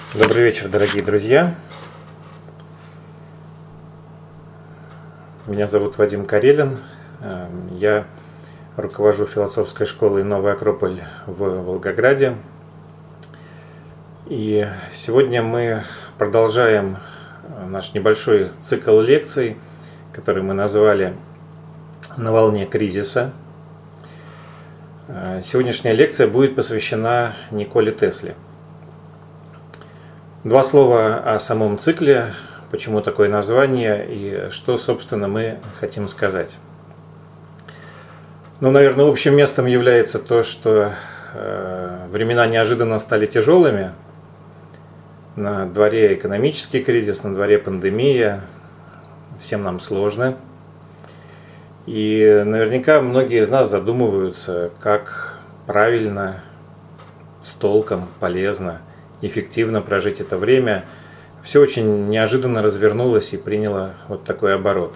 Добрый вечер, дорогие друзья. Меня зовут Вадим Карелин. Я руковожу философской школой «Новый Акрополь» в Волгограде. И сегодня мы продолжаем наш небольшой цикл лекций, который мы назвали «На волне кризиса». Сегодняшняя лекция будет посвящена Николе Тесле. Два слова о самом цикле, почему такое название и что, собственно, мы хотим сказать. Наверное, общим местом является то, что времена неожиданно стали тяжелыми. На дворе экономический кризис, на дворе пандемия, всем нам сложно. И наверняка многие из нас задумываются, как правильно, с толком, полезно, эффективно прожить это время. Все очень неожиданно развернулось и приняло вот такой оборот.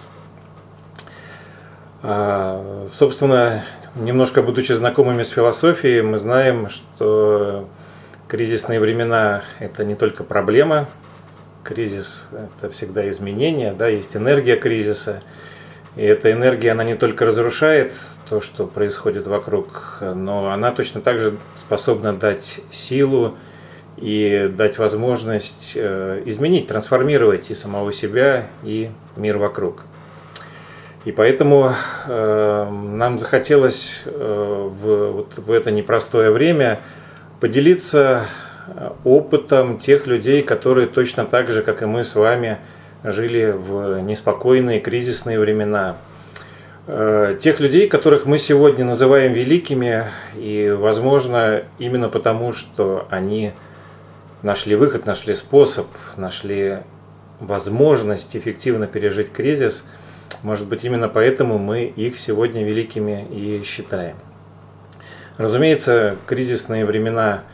Собственно, немножко будучи знакомыми с философией, мы знаем, что кризисные времена – это не только проблема, кризис – это всегда изменение, да, есть энергия кризиса. И эта энергия, она не только разрушает то, что происходит вокруг, но она точно так же способна дать силу и дать возможность изменить, трансформировать и самого себя, и мир вокруг. И поэтому нам захотелось в это непростое время поделиться опытом тех людей, которые точно так же, как и мы с вами, жили в неспокойные, кризисные времена. Тех людей, которых мы сегодня называем великими, и, возможно, именно потому, что они нашли выход, нашли способ, нашли возможность эффективно пережить кризис. Может быть, именно поэтому мы их сегодня великими и считаем. Разумеется, кризисные времена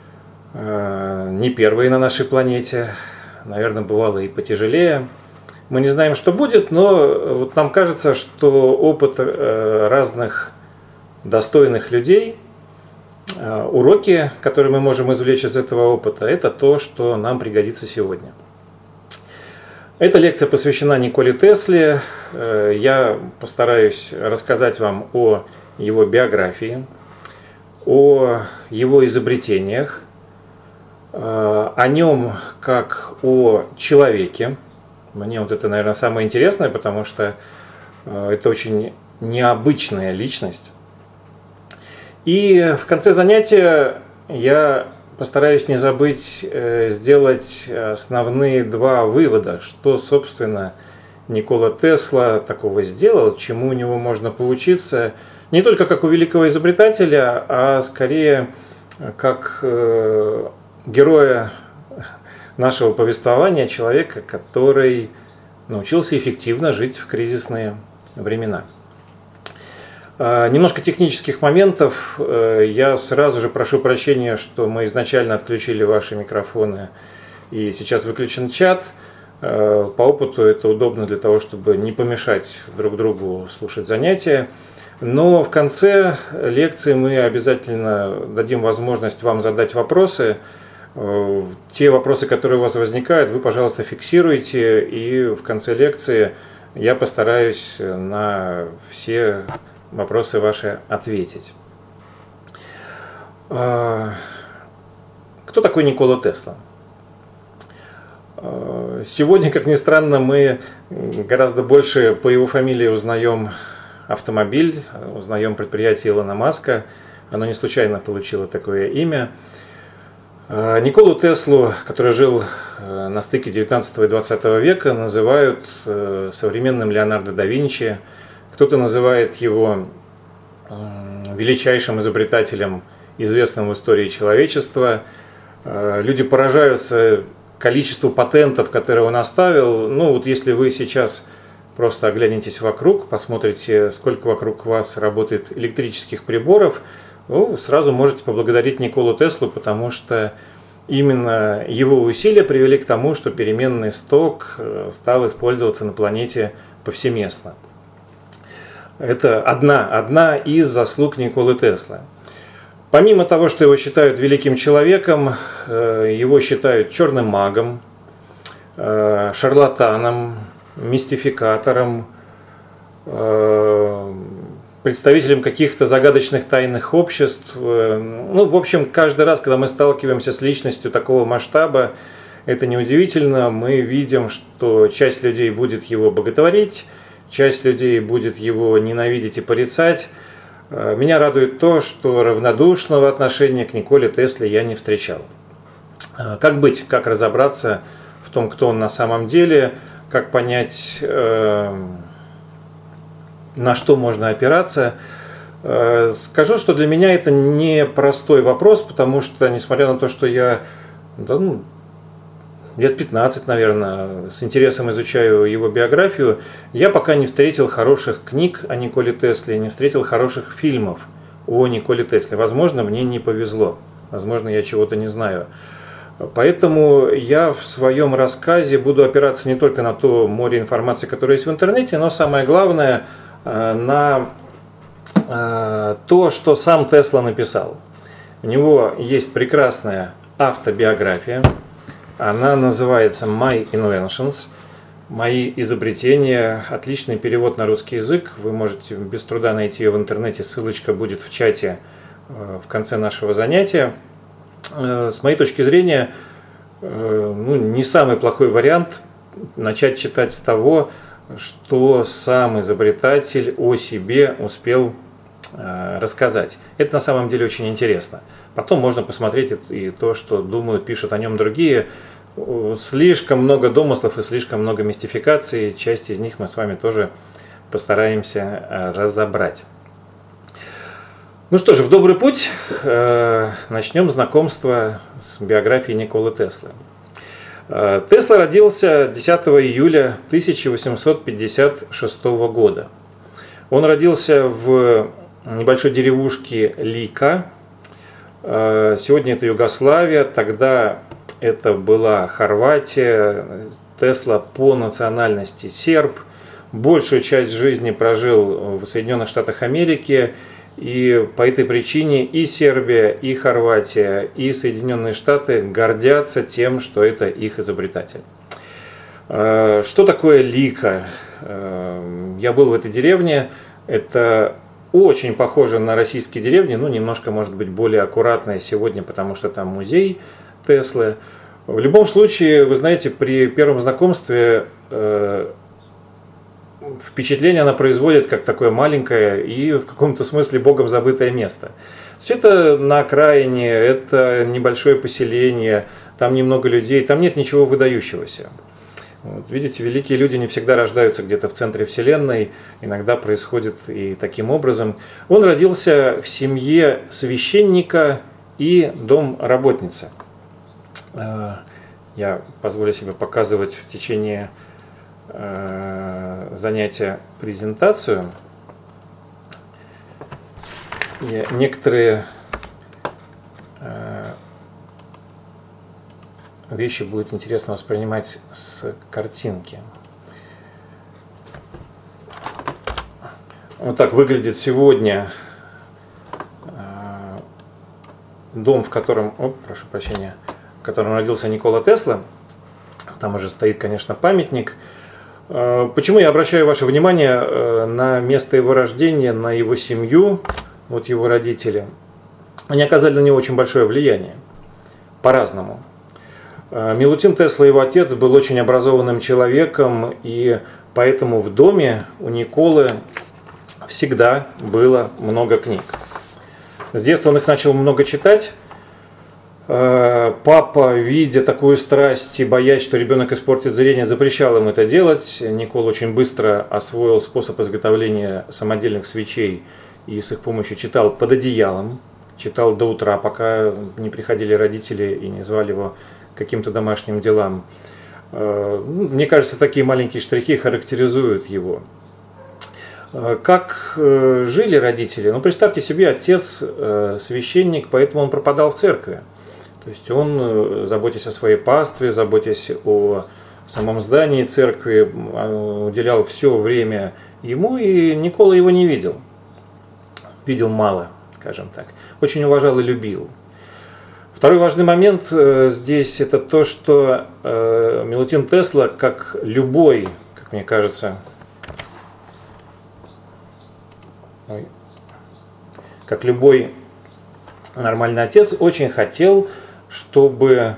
не первые на нашей планете. Наверное, бывало и потяжелее. Мы не знаем, что будет, но вот нам кажется, что опыт разных достойных людей, уроки, которые мы можем извлечь из этого опыта, это то, что нам пригодится сегодня. Эта лекция посвящена Николе Тесле. Я постараюсь рассказать вам о его биографии, о его изобретениях, о нем как о человеке. Мне вот это, наверное, самое интересное, потому что это очень необычная личность. И в конце занятия я постараюсь не забыть сделать основные два вывода, что, собственно, Никола Тесла такого сделал, чему у него можно поучиться, не только как у великого изобретателя, а скорее как героя нашего повествования, человека, который научился эффективно жить в кризисные времена. Немножко технических моментов. Я сразу же прошу прощения, что мы изначально отключили ваши микрофоны и сейчас выключен чат. По опыту это удобно для того, чтобы не помешать друг другу слушать занятия. Но в конце лекции мы обязательно дадим возможность вам задать вопросы. Те вопросы, которые у вас возникают, вы, пожалуйста, фиксируйте. И в конце лекции я постараюсь на все вопросы ваши ответить. Кто такой Никола Тесла? Сегодня, как ни странно, мы гораздо больше по его фамилии узнаем автомобиль, узнаем предприятие Илона Маска. Оно не случайно получило такое имя. Николу Теслу, который жил на стыке 19 и 20 века, называют современным Леонардо да Винчи. Кто-то называет его величайшим изобретателем, известным в истории человечества. Люди поражаются количеству патентов, которые он оставил. Вот если вы сейчас просто оглянетесь вокруг, посмотрите, сколько вокруг вас работает электрических приборов, сразу можете поблагодарить Николу Теслу, потому что именно его усилия привели к тому, что переменный ток стал использоваться на планете повсеместно. Это одна из заслуг Николы Теслы. Помимо того, что его считают великим человеком, его считают черным магом, шарлатаном, мистификатором, представителем каких-то загадочных тайных обществ. Ну, в общем, каждый раз, когда мы сталкиваемся с личностью такого масштаба, это неудивительно. Мы видим, что часть людей будет его боготворить, часть людей будет его ненавидеть и порицать. Меня радует то, что равнодушного отношения к Николе Тесле я не встречал. Как быть, как разобраться в том, кто он на самом деле, как понять, на что можно опираться. Скажу, что для меня это не простой вопрос, потому что, несмотря на то, что я лет 15, наверное, с интересом изучаю его биографию, я пока не встретил хороших книг о Николе Тесле, не встретил хороших фильмов о Николе Тесле. Возможно, мне не повезло, возможно, я чего-то не знаю. Поэтому я в своем рассказе буду опираться не только на то море информации, которое есть в интернете, но самое главное на то, что сам Тесла написал. У него есть прекрасная автобиография. Она называется «My Inventions», «Мои изобретения». Отличный перевод на русский язык. Вы можете без труда найти ее в интернете. Ссылочка будет в чате в конце нашего занятия. С моей точки зрения, не самый плохой вариант начать читать с того, что сам изобретатель о себе успел рассказать. Это на самом деле очень интересно. Потом можно посмотреть и то, что думают, пишут о нем другие. Слишком много домыслов и слишком много мистификаций. Часть из них мы с вами тоже постараемся разобрать. Ну что же, в добрый путь. Начнем знакомство с биографией Николы Теслы. Тесла родился 10 июля 1856 года. Он родился в небольшой деревушке Лика. Сегодня это Югославия, тогда это была Хорватия. Тесла по национальности серб. Большую часть жизни прожил в Соединенных Штатах Америки. И по этой причине и Сербия, и Хорватия, и Соединенные Штаты гордятся тем, что это их изобретатель. Что такое Лика? Я был в этой деревне. Это очень похоже на российские деревни, немножко, может быть, более аккуратная сегодня, потому что там музей Теслы. В любом случае, вы знаете, при первом знакомстве впечатление она производит как такое маленькое и в каком-то смысле богом забытое место. Все это на окраине, это небольшое поселение, там немного людей, там нет ничего выдающегося. Видите, великие люди не всегда рождаются где-то в центре вселенной, иногда происходит и таким образом. Он родился в семье священника и домработницы. Я позволю себе показывать в течение занятия презентацию. Некоторые вещи будет интересно воспринимать с картинки. Вот так выглядит сегодня дом, в котором, прошу прощения, в котором родился Никола Тесла. Там уже стоит, конечно, памятник. Почему я обращаю ваше внимание на место его рождения, на его семью, вот его родители? Они оказали на него очень большое влияние, по-разному. Милутин Тесла, его отец, был очень образованным человеком, и поэтому в доме у Николы всегда было много книг. С детства он их начал много читать. Папа, видя такую страсть и боясь, что ребенок испортит зрение, запрещал ему это делать. Никола очень быстро освоил способ изготовления самодельных свечей и с их помощью читал под одеялом, читал до утра, пока не приходили родители и не звали его каким-то домашним делам. Мне кажется, такие маленькие штрихи характеризуют его. Как жили родители? Представьте себе, отец священник, поэтому он пропадал в церкви. То есть он, заботясь о своей пастве, заботясь о самом здании церкви, уделял все время ему, и Никола его не видел. Видел мало, скажем так. Очень уважал и любил. Второй важный момент здесь это то, что Милутин Тесла, как любой, как мне кажется, как любой нормальный отец, очень хотел, чтобы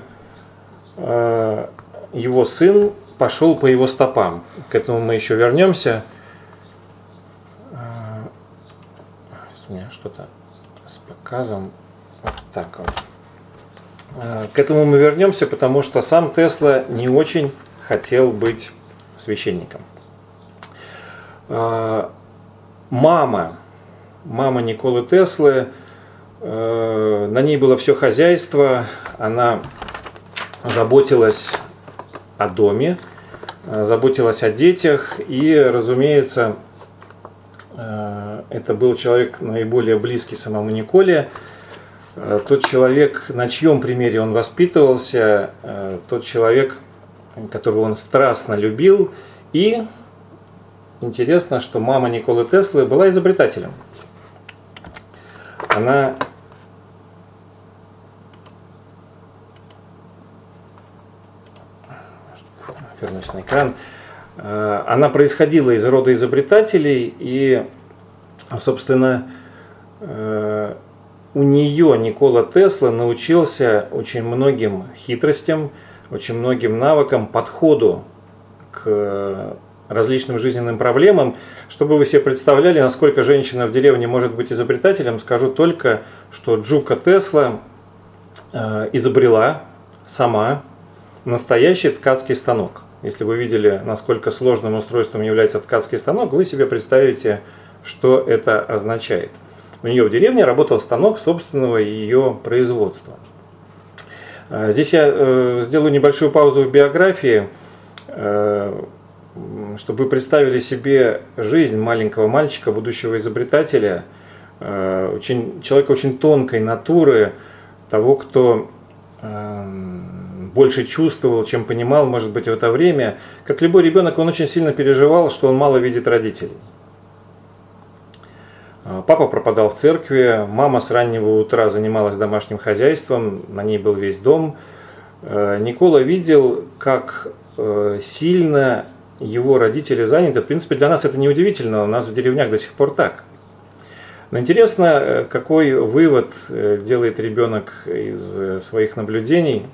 его сын пошел по его стопам. К этому мы еще вернемся. Сейчас у меня что-то с показом. Вот так вот. К этому мы вернемся, потому что сам Тесла не очень хотел быть священником. Мама Николы Теслы, на ней было все хозяйство, она заботилась о доме, заботилась о детях, и, разумеется, это был человек наиболее близкий самому Николе, тот человек, на чьем примере он воспитывался, тот человек, которого он страстно любил. И интересно, что мама Николы Теслы была изобретателем. Она вернусь на экран. Она происходила из рода изобретателей, и, собственно, у нее Никола Тесла научился очень многим хитростям, очень многим навыкам, подходу к различным жизненным проблемам. Чтобы вы себе представляли, насколько женщина в деревне может быть изобретателем, скажу только, что Джука Тесла изобрела сама настоящий ткацкий станок. Если вы видели, насколько сложным устройством является ткацкий станок, вы себе представите, что это означает. У нее в деревне работал станок собственного ее производства. Здесь я сделаю небольшую паузу в биографии, чтобы вы представили себе жизнь маленького мальчика, будущего изобретателя, человека очень тонкой натуры, того, кто больше чувствовал, чем понимал, может быть, в это время. Как любой ребенок, он очень сильно переживал, что он мало видит родителей. Папа пропадал в церкви, мама с раннего утра занималась домашним хозяйством, на ней был весь дом. Никола видел, как сильно его родители заняты. В принципе, для нас это не удивительно, у нас в деревнях до сих пор так. Но интересно, какой вывод делает ребенок из своих наблюдений.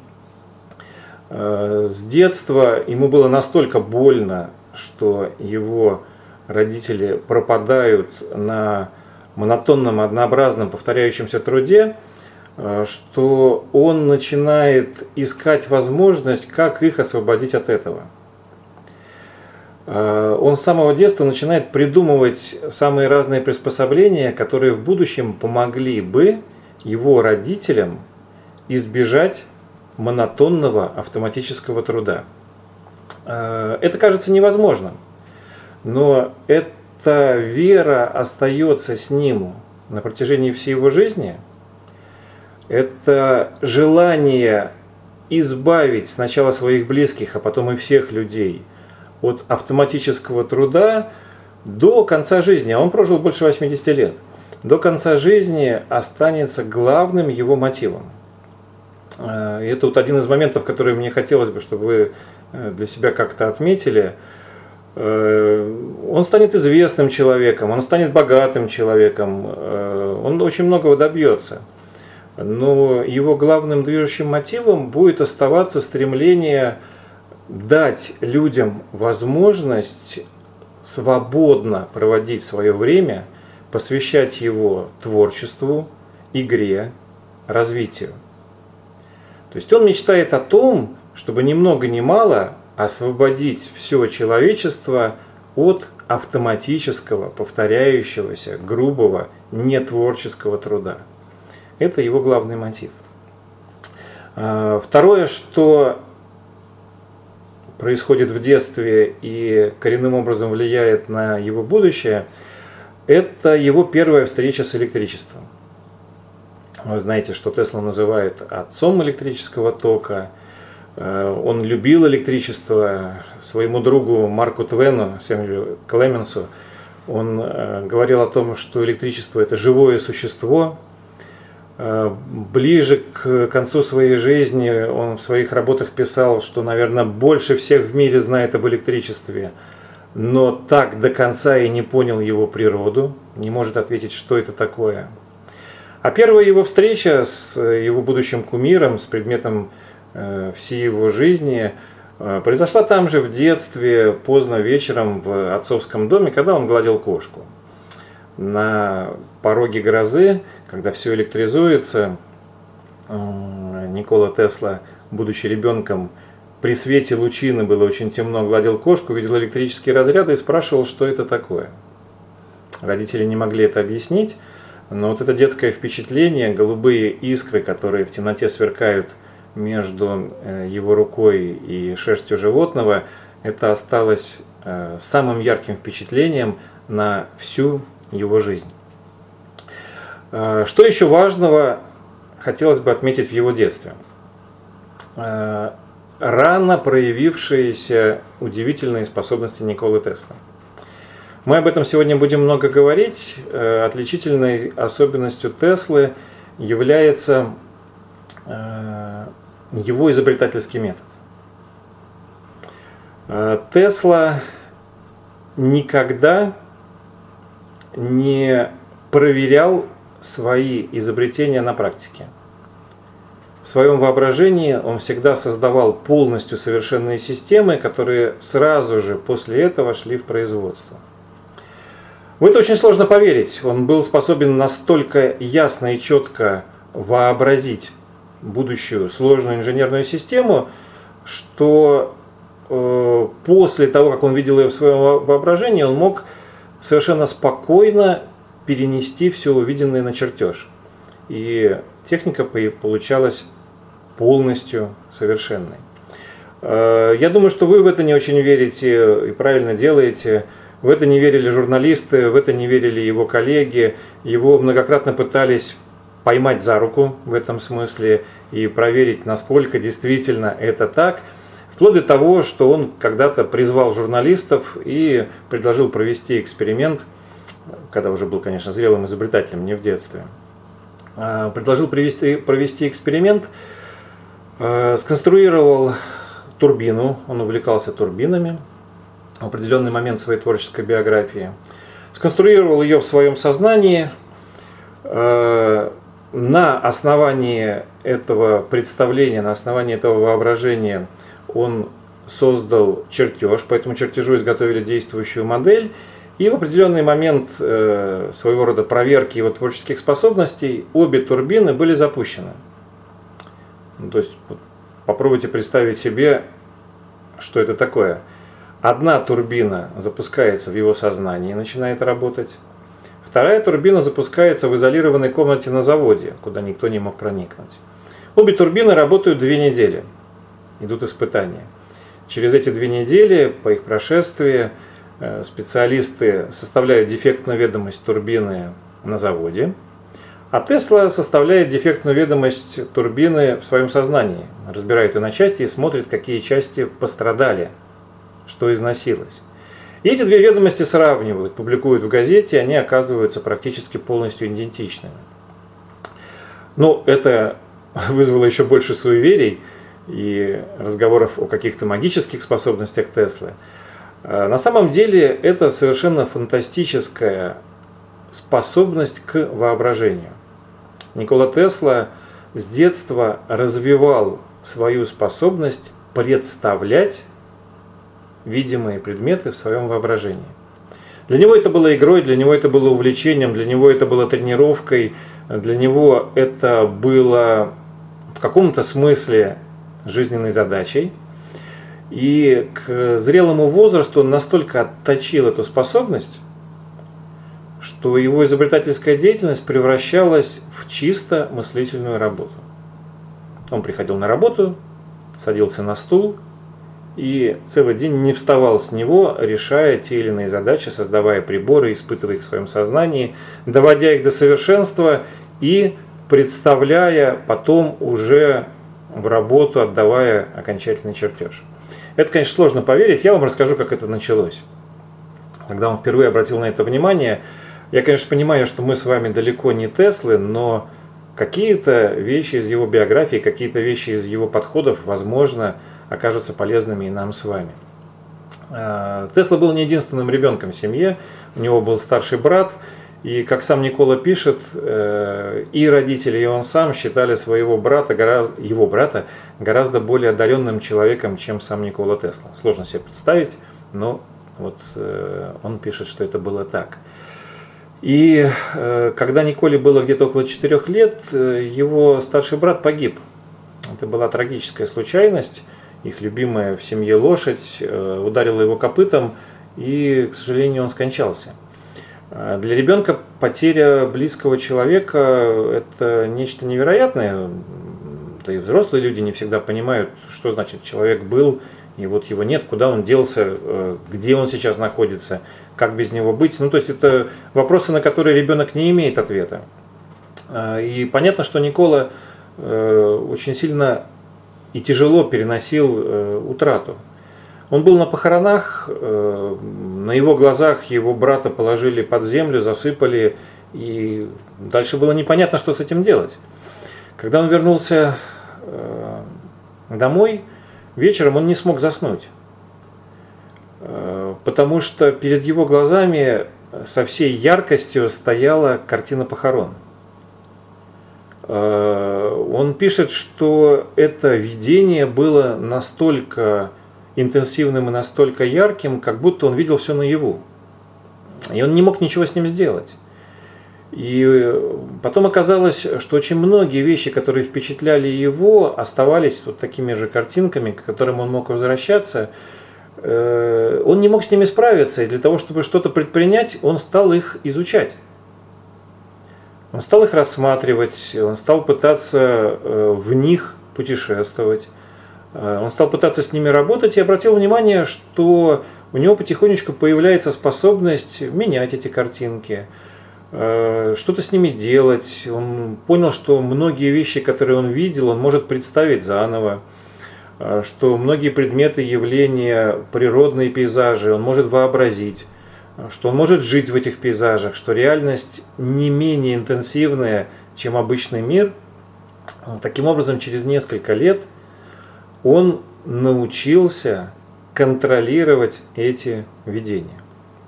С детства ему было настолько больно, что его родители пропадают на монотонном, однообразном, повторяющемся труде, что он начинает искать возможность, как их освободить от этого. Он с самого детства начинает придумывать самые разные приспособления, которые в будущем помогли бы его родителям избежать монотонного автоматического труда. Это кажется невозможным, но эта вера остается с ним на протяжении всей его жизни. Это желание избавить сначала своих близких, а потом и всех людей от автоматического труда до конца жизни, а он прожил больше 80 лет, до конца жизни останется главным его мотивом. И это вот один из моментов, который мне хотелось бы, чтобы вы для себя как-то отметили. Он станет известным человеком, он станет богатым человеком, он очень многого добьется. Но его главным движущим мотивом будет оставаться стремление дать людям возможность свободно проводить свое время, посвящать его творчеству, игре, развитию. То есть он мечтает о том, чтобы ни много ни мало освободить все человечество от автоматического, повторяющегося, грубого, нетворческого труда. Это его главный мотив. Второе, что происходит в детстве и коренным образом влияет на его будущее, это его первая встреча с электричеством. Вы знаете, что Тесла называет отцом электрического тока. Он любил электричество. Своему другу Марку Твену, Сэмюэлю Клеменсу, Он говорил о том, что электричество – это живое существо. Ближе к концу своей жизни он в своих работах писал, что, наверное, больше всех в мире знает об электричестве, но так до конца и не понял его природу, не может ответить, что это такое. А первая его встреча с его будущим кумиром, с предметом всей его жизни, произошла там же в детстве, поздно вечером в отцовском доме, когда он гладил кошку. На пороге грозы, когда все электризуется, Никола Тесла, будучи ребенком, при свете лучины, было очень темно, гладил кошку, видел электрические разряды и спрашивал, что это такое. Родители не могли это объяснить, но вот это детское впечатление, голубые искры, которые в темноте сверкают между его рукой и шерстью животного, это осталось самым ярким впечатлением на всю его жизнь. Что еще важного хотелось бы отметить в его детстве? Рано проявившиеся удивительные способности Николы Теслы. Мы об этом сегодня будем много говорить. Отличительной особенностью Теслы является его изобретательский метод. Тесла никогда не проверял свои изобретения на практике. В своем воображении он всегда создавал полностью совершенные системы, которые сразу же после этого шли в производство. В это очень сложно поверить. Он был способен настолько ясно и четко вообразить будущую сложную инженерную систему, что после того, как он видел ее в своем воображении, он мог совершенно спокойно перенести все увиденное на чертеж. И техника получалась полностью совершенной. Я думаю, что вы в это не очень верите и правильно делаете. В это не верили журналисты, в это не верили его коллеги. Его многократно пытались поймать за руку в этом смысле и проверить, насколько действительно это так. Вплоть до того, что он когда-то призвал журналистов и предложил провести эксперимент, когда уже был, конечно, зрелым изобретателем, не в детстве. Предложил провести эксперимент, сконструировал турбину, он увлекался турбинами в определенный момент своей творческой биографии. Сконструировал ее в своем сознании. На основании этого представления, на основании этого воображения он создал чертеж, по этому чертежу изготовили действующую модель, и в определенный момент своего рода проверки его творческих способностей обе турбины были запущены. То есть попробуйте представить себе, что это такое. Одна турбина запускается в его сознании и начинает работать. Вторая турбина запускается в изолированной комнате на заводе, куда никто не мог проникнуть. Обе турбины работают 2 недели. Идут испытания. Через эти 2 недели, по их прошествии, специалисты составляют дефектную ведомость турбины на заводе, а Тесла составляет дефектную ведомость турбины в своем сознании, разбирает ее на части и смотрит, какие части пострадали, что износилось. И эти 2 ведомости сравнивают, публикуют в газете, они оказываются практически полностью идентичными. Но это вызвало еще больше суеверий и разговоров о каких-то магических способностях Теслы. На самом деле это совершенно фантастическая способность к воображению. Никола Тесла с детства развивал свою способность представлять видимые предметы в своем воображении. Для него это было игрой, для него это было увлечением, для него это было тренировкой, для него это было в каком-то смысле жизненной задачей. И к зрелому возрасту он настолько отточил эту способность, что его изобретательская деятельность превращалась в чисто мыслительную работу. Он приходил на работу, садился на стул и целый день не вставал с него, решая те или иные задачи, создавая приборы, испытывая их в своем сознании, доводя их до совершенства и представляя потом уже в работу, отдавая окончательный чертеж. Это, конечно, сложно поверить, я вам расскажу, как это началось. когда он впервые обратил на это внимание. Я, конечно, понимаю, что мы с вами далеко не Теслы, но какие-то вещи из его биографии, какие-то вещи из его подходов, возможно, окажутся полезными и нам с вами. Тесла был не единственным ребенком в семье, у него был старший брат, и, как сам Никола пишет, и родители, и он сам считали его брата гораздо более одаренным человеком, чем сам Никола Тесла. Сложно себе представить, но вот он пишет, что это было так. И когда Николе было где-то около 4 лет, его старший брат погиб. Это была трагическая случайность. Их любимая в семье лошадь ударила его копытом, и, к сожалению, он скончался. Для ребенка потеря близкого человека – это нечто невероятное. Да и взрослые люди не всегда понимают, что значит человек был, и вот его нет, куда он делся, где он сейчас находится, как без него быть. То есть это вопросы, на которые ребенок не имеет ответа. И понятно, что Никола очень сильно и тяжело переносил утрату. Он был на похоронах, на его глазах его брата положили под землю, засыпали, и дальше было непонятно, что с этим делать. Когда он вернулся домой, вечером он не смог заснуть, потому что перед его глазами со всей яркостью стояла картина похорон. Он пишет, что это видение было настолько интенсивным и настолько ярким, как будто он видел все наяву. И он не мог ничего с ним сделать. И потом оказалось, что очень многие вещи, которые впечатляли его, оставались вот такими же картинками, к которым он мог возвращаться. Он не мог с ними справиться, и для того, чтобы что-то предпринять, он стал их изучать. Он стал их рассматривать, он стал пытаться в них путешествовать. Он стал пытаться с ними работать и обратил внимание, что у него потихонечку появляется способность менять эти картинки, что-то с ними делать. Он понял, что многие вещи, которые он видел, он может представить заново, что многие предметы, явления, природные пейзажи он может вообразить, что он может жить в этих пейзажах, что реальность не менее интенсивная, чем обычный мир. Таким образом, через несколько лет он научился контролировать эти видения.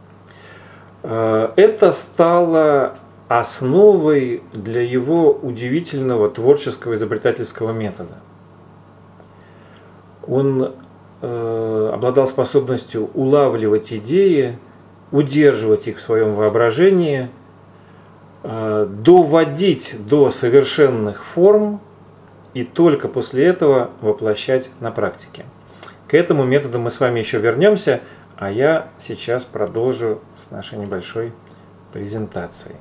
Это стало основой для его удивительного творческого изобретательского метода. Он обладал способностью улавливать идеи, удерживать их в своем воображении, доводить до совершенных форм и только после этого воплощать на практике. К этому методу мы с вами еще вернемся, а я сейчас продолжу с нашей небольшой презентацией.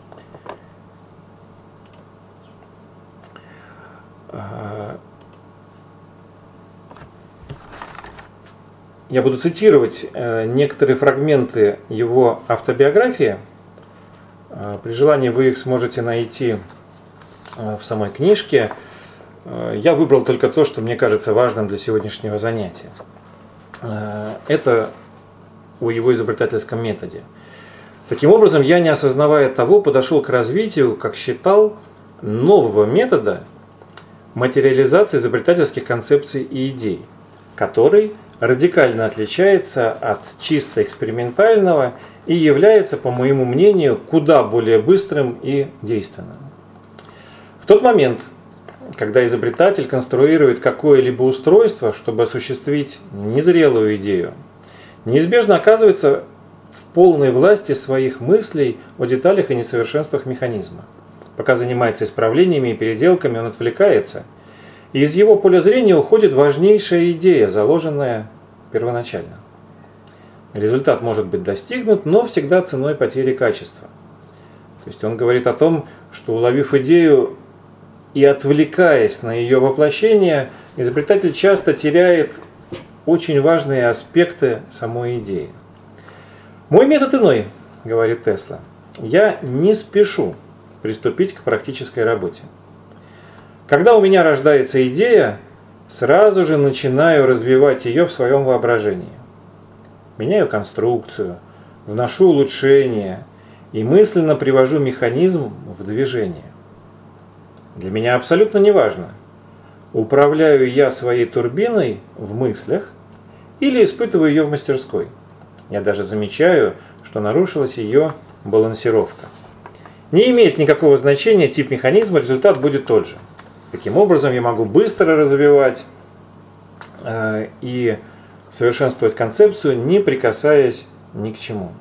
Я буду цитировать некоторые фрагменты его автобиографии. При желании вы их сможете найти в самой книжке. Я выбрал только то, что мне кажется важным для сегодняшнего занятия. Это о его изобретательском методе. Таким образом, я, не осознавая того, подошел к развитию, как считал, нового метода материализации изобретательских концепций и идей, который радикально отличается от чисто экспериментального и является, по моему мнению, куда более быстрым и действенным. В тот момент, когда изобретатель конструирует какое-либо устройство, чтобы осуществить незрелую идею, неизбежно оказывается в полной власти своих мыслей о деталях и несовершенствах механизма. Пока занимается исправлениями и переделками, он отвлекается, и из его поля зрения уходит важнейшая идея, заложенная первоначально. Результат может быть достигнут, но всегда ценой потери качества. То есть он говорит о том, что, уловив идею и отвлекаясь на ее воплощение, изобретатель часто теряет очень важные аспекты самой идеи. «Мой метод иной», — говорит Тесла. «Я не спешу приступить к практической работе. Когда у меня рождается идея, сразу же начинаю развивать ее в своем воображении. Меняю конструкцию, вношу улучшения и мысленно привожу механизм в движение. Для меня абсолютно неважно, управляю я своей турбиной в мыслях или испытываю ее в мастерской. Я даже замечаю, что нарушилась ее балансировка. Не имеет никакого значения тип механизма, результат будет тот же. Таким образом, я могу быстро развивать и совершенствовать концепцию, не прикасаясь ни к чему.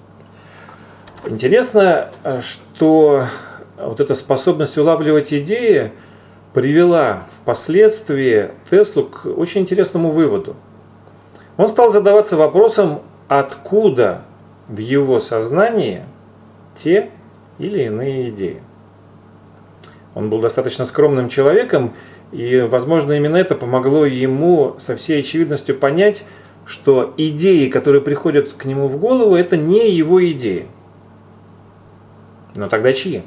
Интересно, что вот эта способность улавливать идеи привела впоследствии Теслу к очень интересному выводу. Он стал задаваться вопросом, откуда в его сознании те или иные идеи. Он был достаточно скромным человеком, и, возможно, именно это помогло ему со всей очевидностью понять, что идеи, которые приходят к нему в голову, это не его идеи. Но тогда чьи?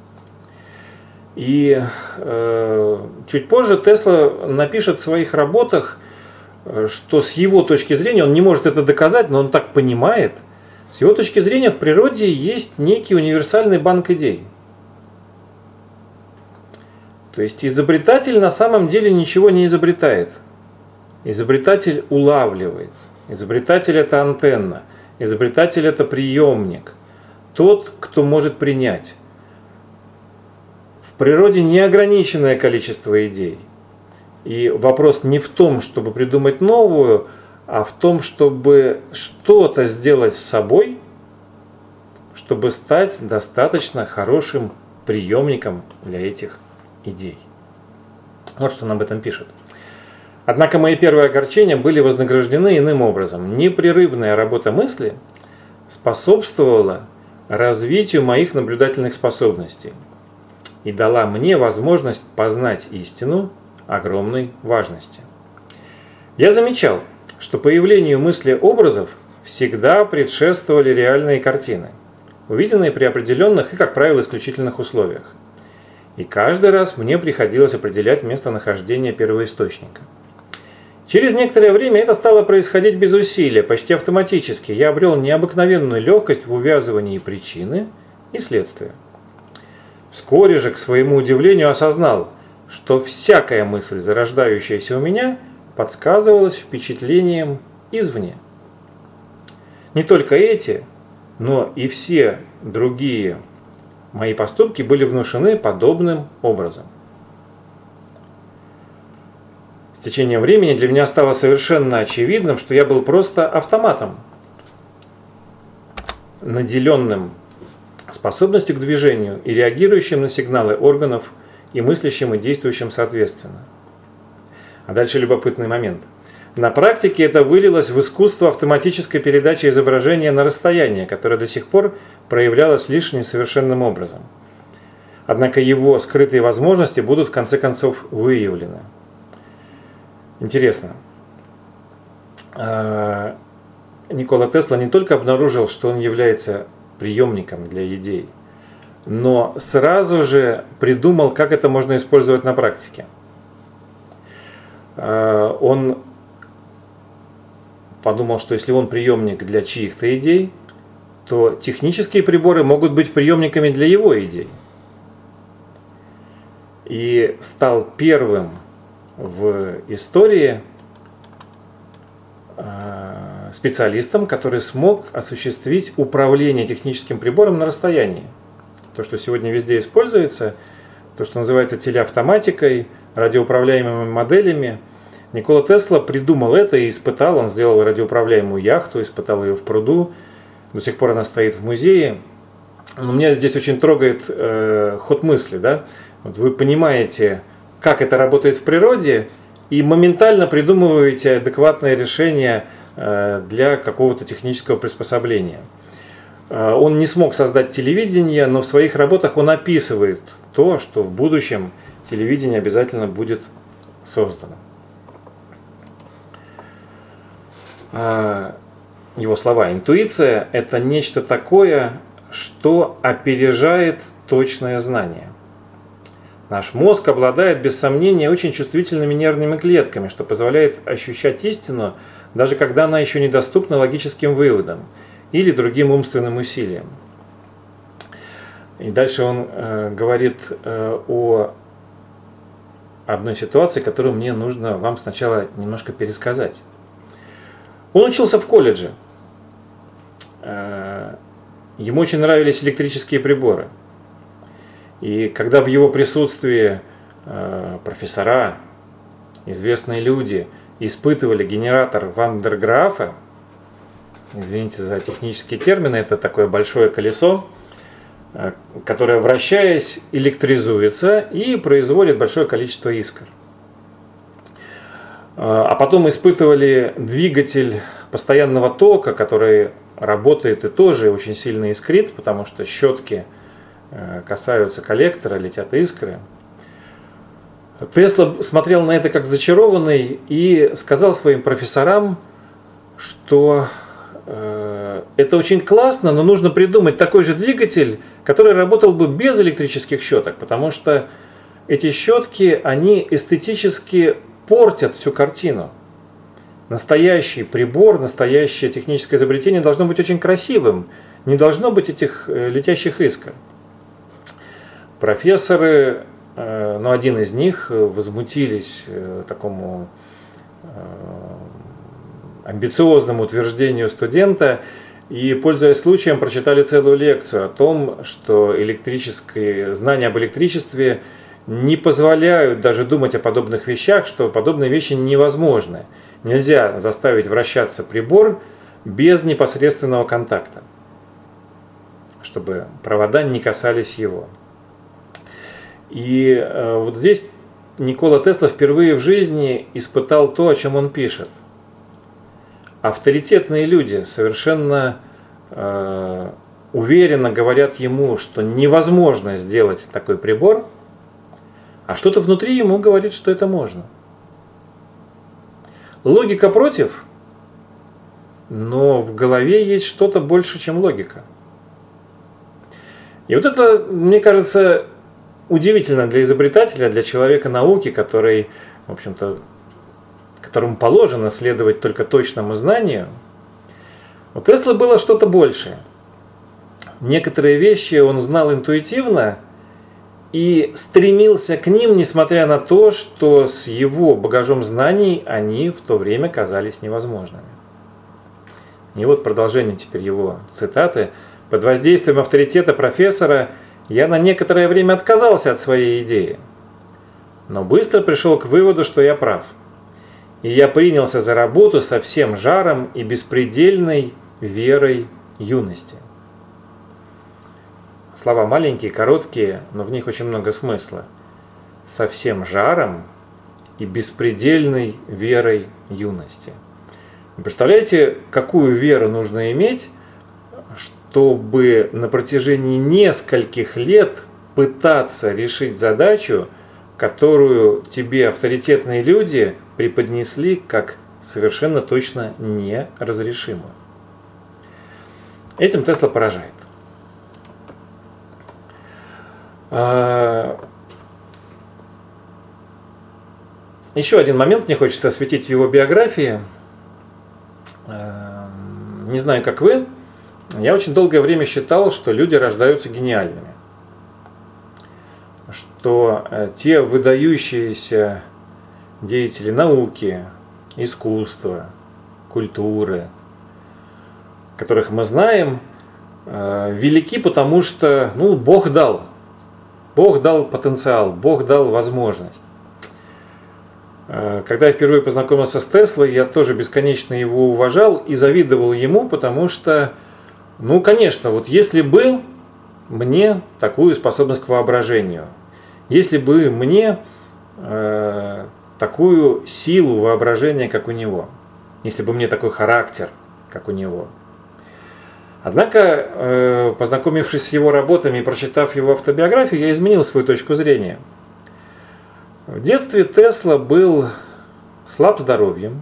И чуть позже Тесла напишет в своих работах, что с его точки зрения, он не может это доказать, но он так понимает, с его точки зрения в природе есть некий универсальный банк идей. То есть изобретатель на самом деле ничего не изобретает. Изобретатель улавливает. Изобретатель – это антенна. Изобретатель – это приемник. Тот, кто может принять. В природе неограниченное количество идей. И вопрос не в том, чтобы придумать новую, а в том, чтобы что-то сделать с собой, чтобы стать достаточно хорошим приемником для этих идей. Вот что он об этом пишет. Однако мои первые огорчения были вознаграждены иным образом. Непрерывная работа мысли способствовала развитию моих наблюдательных способностей и дала мне возможность познать истину огромной важности. Я замечал, что появлению мысли-образов всегда предшествовали реальные картины, увиденные при определенных и, как правило, исключительных условиях. И каждый раз мне приходилось определять местонахождение первоисточника. Через некоторое время это стало происходить без усилия, почти автоматически. Я обрел необыкновенную легкость в увязывании причины и следствия. Вскоре же, к своему удивлению, осознал, что всякая мысль, зарождающаяся у меня, подсказывалась впечатлением извне. Не только эти, но и все другие мои поступки были внушены подобным образом. С течением времени для меня стало совершенно очевидным, что я был просто автоматом, наделенным способностью к движению и реагирующим на сигналы органов и мыслящим и действующим соответственно. А дальше любопытный момент. На практике это вылилось в искусство автоматической передачи изображения на расстояние, которое до сих пор проявлялось лишь несовершенным образом. Однако его скрытые возможности будут в конце концов выявлены. Интересно. Никола Тесла не только обнаружил, что он является приемником для идей, но сразу же придумал, как это можно использовать на практике. Он подумал, что если он приемник для чьих-то идей, то технические приборы могут быть приемниками для его идей. И стал первым в истории специалистом, который смог осуществить управление техническим прибором на расстоянии. То, что сегодня везде используется, то, что называется телеавтоматикой, радиоуправляемыми моделями. Никола Тесла придумал это и испытал. Он сделал радиоуправляемую яхту, испытал ее в пруду. До сих пор она стоит в музее. Но меня здесь очень трогает ход мысли. Да? Вот вы понимаете, как это работает в природе, и моментально придумываете адекватное решение для какого-то технического приспособления. Он не смог создать телевидение, но в своих работах он описывает то, что в будущем телевидение обязательно будет создано. Его слова. Интуиция – это нечто такое, что опережает точное знание. Наш мозг обладает, без сомнения, очень чувствительными нервными клетками, что позволяет ощущать истину, даже когда она еще недоступна логическим выводам. или другим умственным усилием. И дальше он говорит о одной ситуации, которую мне нужно вам сначала немножко пересказать. Он учился в колледже. Ему очень нравились электрические приборы. И когда в его присутствии профессора, известные люди испытывали генератор Ван дер Графа, извините за технические термины, это такое большое колесо, которое, вращаясь, электризуется и производит большое количество искр. А потом испытывали двигатель постоянного тока, который работает и тоже очень сильно искрит, потому что щетки касаются коллектора, летят искры. Тесла смотрел на это как зачарованный и сказал своим профессорам, что это очень классно, но нужно придумать такой же двигатель, который работал бы без электрических щеток, потому что эти щетки, они эстетически портят всю картину. Настоящий прибор, настоящее техническое изобретение должно быть очень красивым, не должно быть этих летящих искр. Профессоры, один из них, возмутились такому амбициозному утверждению студента и, пользуясь случаем, прочитали целую лекцию о том, что знания об электричестве не позволяют даже думать о подобных вещах, что подобные вещи невозможны. Нельзя заставить вращаться прибор без непосредственного контакта, чтобы провода не касались его. И вот здесь Никола Тесла впервые в жизни испытал то, о чем он пишет. Авторитетные люди совершенно уверенно говорят ему, что невозможно сделать такой прибор, а что-то внутри ему говорит, что это можно. Логика против, но в голове есть что-то больше, чем логика. И вот это, мне кажется, удивительно для изобретателя, для человека науки, который, в общем-то, которому положено следовать только точному знанию. У Теслы было что-то большее. Некоторые вещи он знал интуитивно и стремился к ним, несмотря на то, что с его багажом знаний они в то время казались невозможными. И вот продолжение теперь его цитаты. «Под воздействием авторитета профессора я на некоторое время отказался от своей идеи, но быстро пришел к выводу, что я прав. И я принялся за работу со всем жаром и беспредельной верой юности». Слова маленькие, короткие, но в них очень много смысла. Со всем жаром и беспредельной верой юности. Вы представляете, какую веру нужно иметь, чтобы на протяжении нескольких лет пытаться решить задачу, которую тебе авторитетные люди преподнесли как совершенно точно неразрешимую. Этим Тесла поражает. Еще один момент мне хочется осветить в его биографии. Не знаю, как вы, я очень долгое время считал, что люди рождаются гениальными. Что те выдающиеся деятели науки, искусства, культуры, которых мы знаем, велики, потому что Бог дал. Бог дал потенциал, Бог дал возможность. Когда я впервые познакомился с Теслой, я тоже бесконечно его уважал и завидовал ему, потому что, конечно, вот если бы мне такую способность к воображению, если бы мне такую силу воображения, как у него, если бы мне такой характер, как у него. Однако, познакомившись с его работами и прочитав его автобиографию, я изменил свою точку зрения. В детстве Тесла был слаб здоровьем,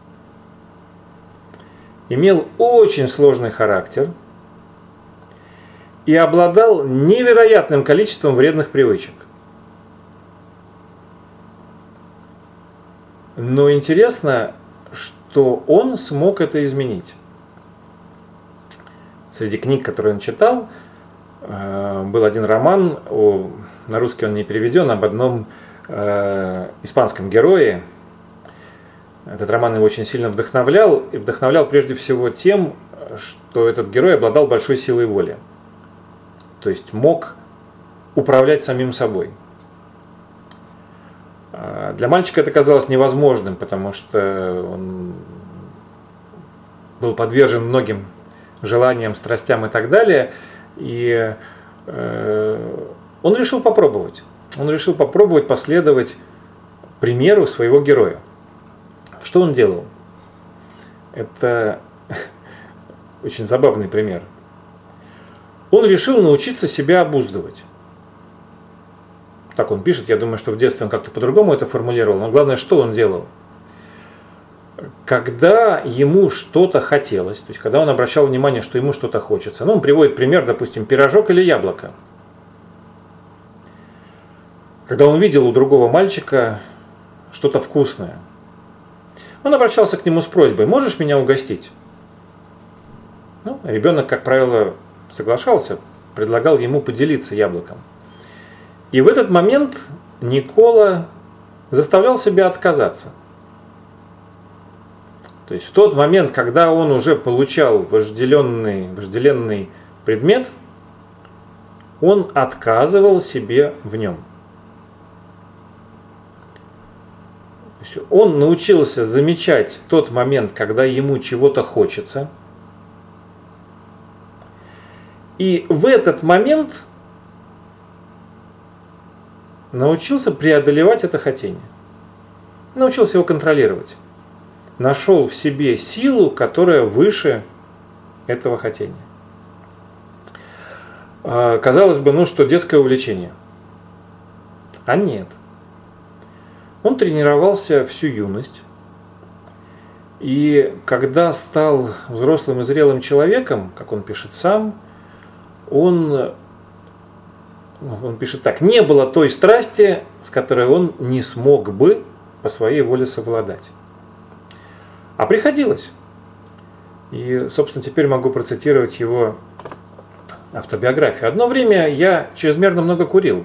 имел очень сложный характер и обладал невероятным количеством вредных привычек. Но интересно, что он смог это изменить. среди книг, которые он читал, был один роман, на русский он не переведен, об одном испанском герое. Этот роман его очень сильно вдохновлял, и вдохновлял прежде всего тем, что этот герой обладал большой силой воли. То есть мог управлять самим собой. Для мальчика это казалось невозможным, потому что он был подвержен многим желаниям, страстям и так далее. И он решил попробовать. Он решил попробовать последовать примеру своего героя. Что он делал? Это очень забавный пример. Он решил научиться себя обуздывать. Так он пишет, я думаю, что в детстве он как-то по-другому это формулировал, но главное, что он делал? Когда ему что-то хотелось, то есть когда он обращал внимание, что ему что-то хочется, он приводит пример, допустим, пирожок или яблоко. Когда он видел у другого мальчика что-то вкусное, он обращался к нему с просьбой: «Можешь меня угостить?» Ребенок, как правило, соглашался, предлагал ему поделиться яблоком. И в этот момент Никола заставлял себя отказаться. То есть в тот момент, когда он уже получал вожделенный предмет, он отказывал себе в нем. То есть он научился замечать тот момент, когда ему чего-то хочется. И в этот момент научился преодолевать это хотение. Научился его контролировать. Нашел в себе силу, которая выше этого хотения. Казалось бы, что детское увлечение. А нет. Он тренировался всю юность. И когда стал взрослым и зрелым человеком, как он пишет сам, он пишет так: не было той страсти, с которой он не смог бы по своей воле совладать. А приходилось. И, собственно, теперь могу процитировать его автобиографию. Одно время я чрезмерно много курил.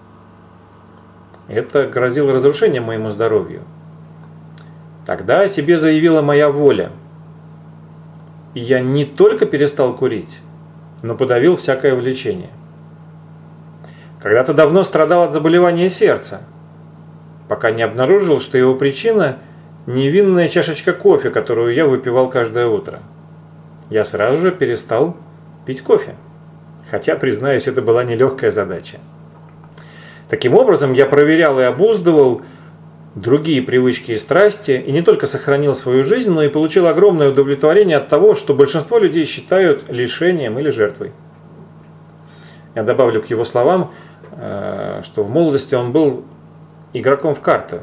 Это грозило разрушением моему здоровью. Тогда о себе заявила моя воля. И я не только перестал курить, но подавил всякое влечение. Когда-то давно страдал от заболевания сердца, пока не обнаружил, что его причина – невинная чашечка кофе, которую я выпивал каждое утро. Я сразу же перестал пить кофе, хотя, признаюсь, это была нелегкая задача. Таким образом, я проверял и обуздывал другие привычки и страсти, и не только сохранил свою жизнь, но и получил огромное удовлетворение от того, что большинство людей считают лишением или жертвой. Я добавлю к его словам, что в молодости он был игроком в карты.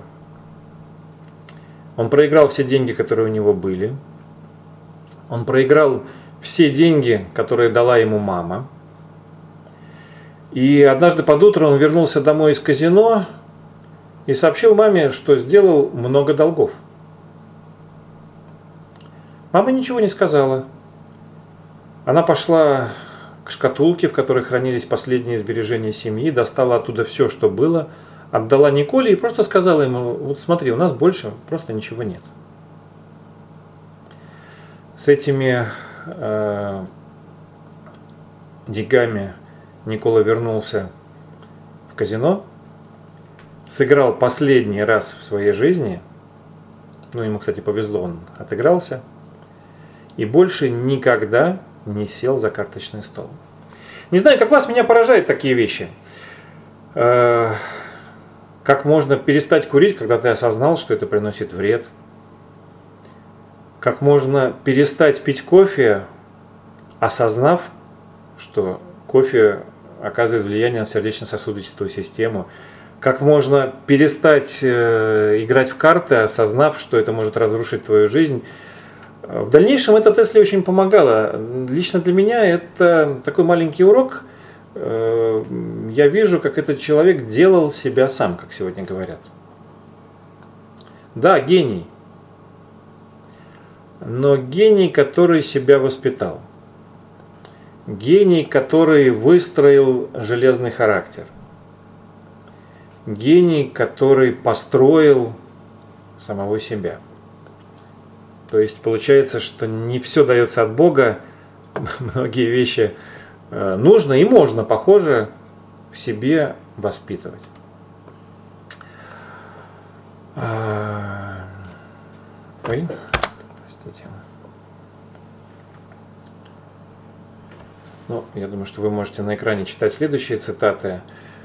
Он проиграл все деньги, которые у него были. Он проиграл все деньги, которые дала ему мама. И однажды под утро он вернулся домой из казино и сообщил маме, что сделал много долгов. Мама ничего не сказала. Она пошла к шкатулке, в которой хранились последние сбережения семьи, достала оттуда все, что было, отдала Николе и просто сказала ему: вот смотри, у нас больше просто ничего нет. С этими деньгами Никола вернулся в казино, сыграл последний раз в своей жизни, ему, кстати, повезло, он отыгрался, и больше никогда не сел за карточный стол. Не знаю, как вас, меня поражают такие вещи. Как можно перестать курить, когда ты осознал, что это приносит вред? Как можно перестать пить кофе, осознав, что кофе оказывает влияние на сердечно-сосудистую систему? Как можно перестать играть в карты, осознав, что это может разрушить твою жизнь? В дальнейшем это Тесле очень помогало. Лично для меня это такой маленький урок. Я вижу, как этот человек делал себя сам, как сегодня говорят. Да, гений. Но гений, который себя воспитал. Гений, который выстроил железный характер. Гений, который построил самого себя. То есть получается, что не все дается от Бога, многие вещи нужно и можно, похоже, в себе воспитывать. Ой, простите. Ну, я думаю, что вы можете на экране читать следующие цитаты.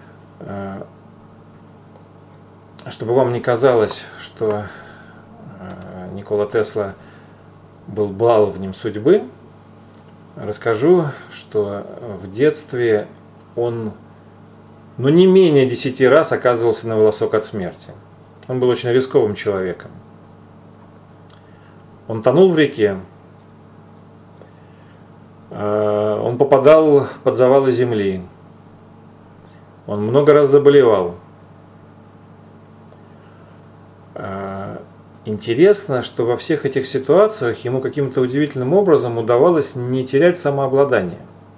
Чтобы вам не казалось, что Никола Тесла был баловнем судьбы, расскажу, что в детстве он не менее 10 раз оказывался на волосок от смерти. Он был очень рисковым человеком. Он тонул в реке, он попадал под завалы земли, он много раз заболевал. Интересно, что во всех этих ситуациях ему каким-то удивительным образом удавалось не терять самообладание.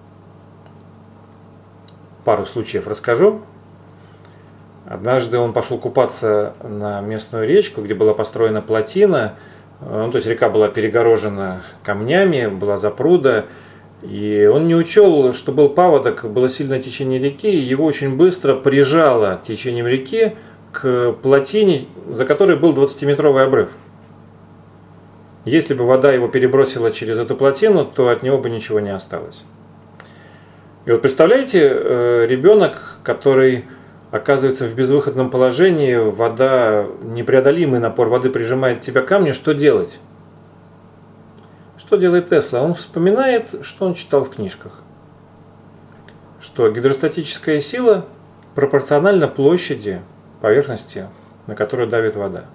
Пару случаев расскажу. Однажды он пошел купаться на местную речку, где была построена плотина. То есть река была перегорожена камнями, была запруда. И он не учел, что был паводок, было сильное течение реки, и его очень быстро прижало течением реки к плотине, за которой был 20-метровый обрыв. Если бы вода его перебросила через эту плотину, то от него бы ничего не осталось. И вот представляете, ребенок, который оказывается в безвыходном положении, вода, непреодолимый напор воды прижимает тебя к камню, что делать? Что делает Тесла? Он вспоминает, что он читал в книжках. Что гидростатическая сила пропорциональна площади поверхности, на которую давит вода.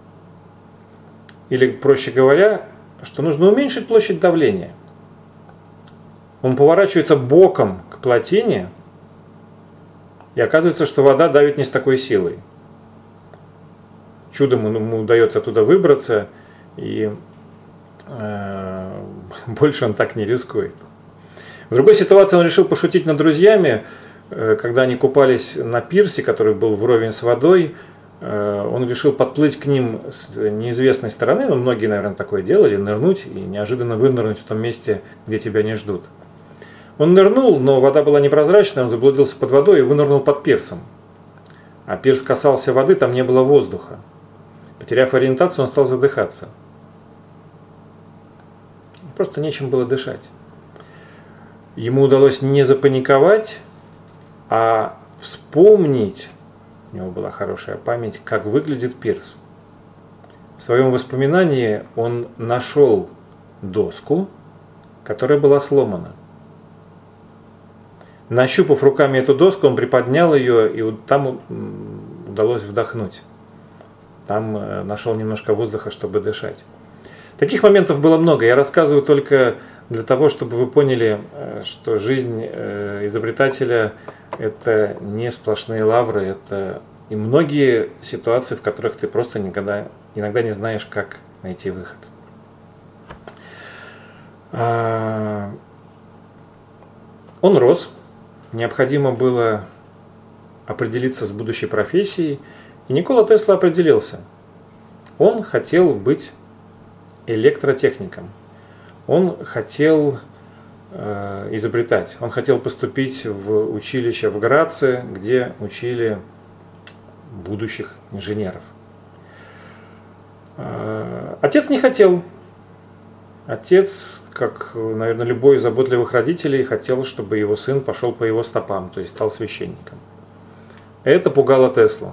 Или, проще говоря, что нужно уменьшить площадь давления. Он поворачивается боком к плотине, и оказывается, что вода давит не с такой силой. Чудом ему удается оттуда выбраться, и больше он так не рискует. В другой ситуации он решил пошутить над друзьями, когда они купались на пирсе, который был вровень с водой. Он решил подплыть к ним с неизвестной стороны, многие, наверное, такое делали, нырнуть и неожиданно вынырнуть в том месте, где тебя не ждут. Он нырнул, но вода была непрозрачная, он заблудился под водой и вынырнул под пирсом. А пирс касался воды, там не было воздуха. Потеряв ориентацию, он стал задыхаться. Просто нечем было дышать. Ему удалось не запаниковать, а вспомнить, у него была хорошая память, как выглядит пирс. В своем воспоминании он нашел доску, которая была сломана. Нащупав руками эту доску, он приподнял ее, и там удалось вдохнуть. Там нашел немножко воздуха, чтобы дышать. Таких моментов было много. Я рассказываю только для того, чтобы вы поняли, что жизнь изобретателя – это не сплошные лавры, это и многие ситуации, в которых ты просто иногда не знаешь, как найти выход. Он рос, необходимо было определиться с будущей профессией, и Никола Тесла определился. Он хотел быть электротехником. Он хотел изобретать. Он хотел поступить в училище в Граце, где учили будущих инженеров. Отец не хотел. Отец, как, наверное, любой из заботливых родителей, хотел, чтобы его сын пошел по его стопам, то есть стал священником. Это пугало Теслу.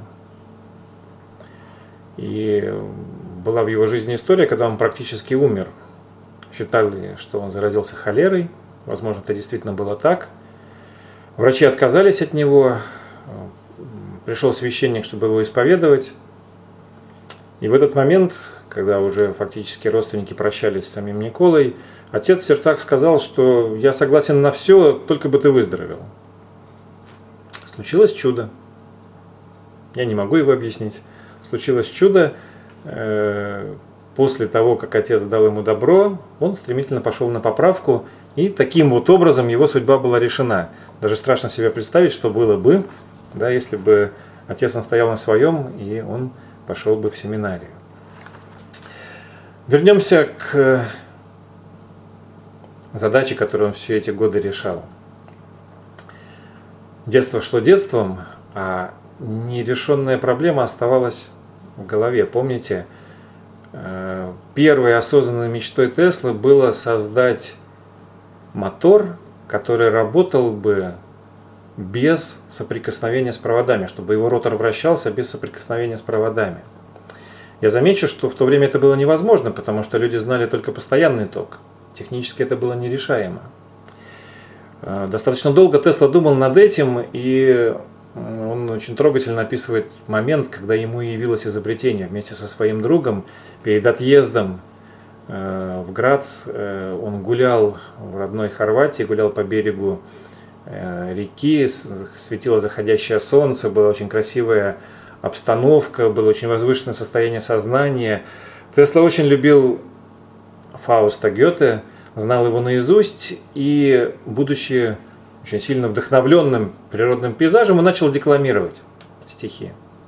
И была в его жизни история, когда он практически умер. Считали, что он заразился холерой. Возможно, это действительно было так. Врачи отказались от него. Пришел священник, чтобы его исповедовать. И в этот момент, когда уже фактически родственники прощались с самим Николой, отец в сердцах сказал, что я согласен на все, только бы ты выздоровел. Случилось чудо. Я не могу его объяснить. Случилось чудо. после того, как отец дал ему добро, он стремительно пошел на поправку, и таким вот образом его судьба была решена. Даже страшно себе представить, что было бы, да, если бы отец настоял на своем, и он пошел бы в семинарию. Вернемся к задаче, которую он все эти годы решал. Детство шло детством, а нерешенная проблема оставалась в голове. Помните, первой осознанной мечтой Теслы было создать мотор, который работал бы без соприкосновения с проводами, чтобы его ротор вращался без соприкосновения с проводами. Я замечу, что в то время это было невозможно, потому что люди знали только постоянный ток. Технически это было нерешаемо. Достаточно долго Тесла думал над этим, и он очень трогательно описывает момент, когда ему явилось изобретение. Вместе со своим другом перед отъездом в Грац он гулял в родной Хорватии, гулял по берегу реки, светило заходящее солнце, была очень красивая обстановка, было очень возвышенное состояние сознания. Тесла очень любил Фауста Гёте, знал его наизусть, и, будучи очень сильно вдохновленным природным пейзажем, он начал декламировать стихи.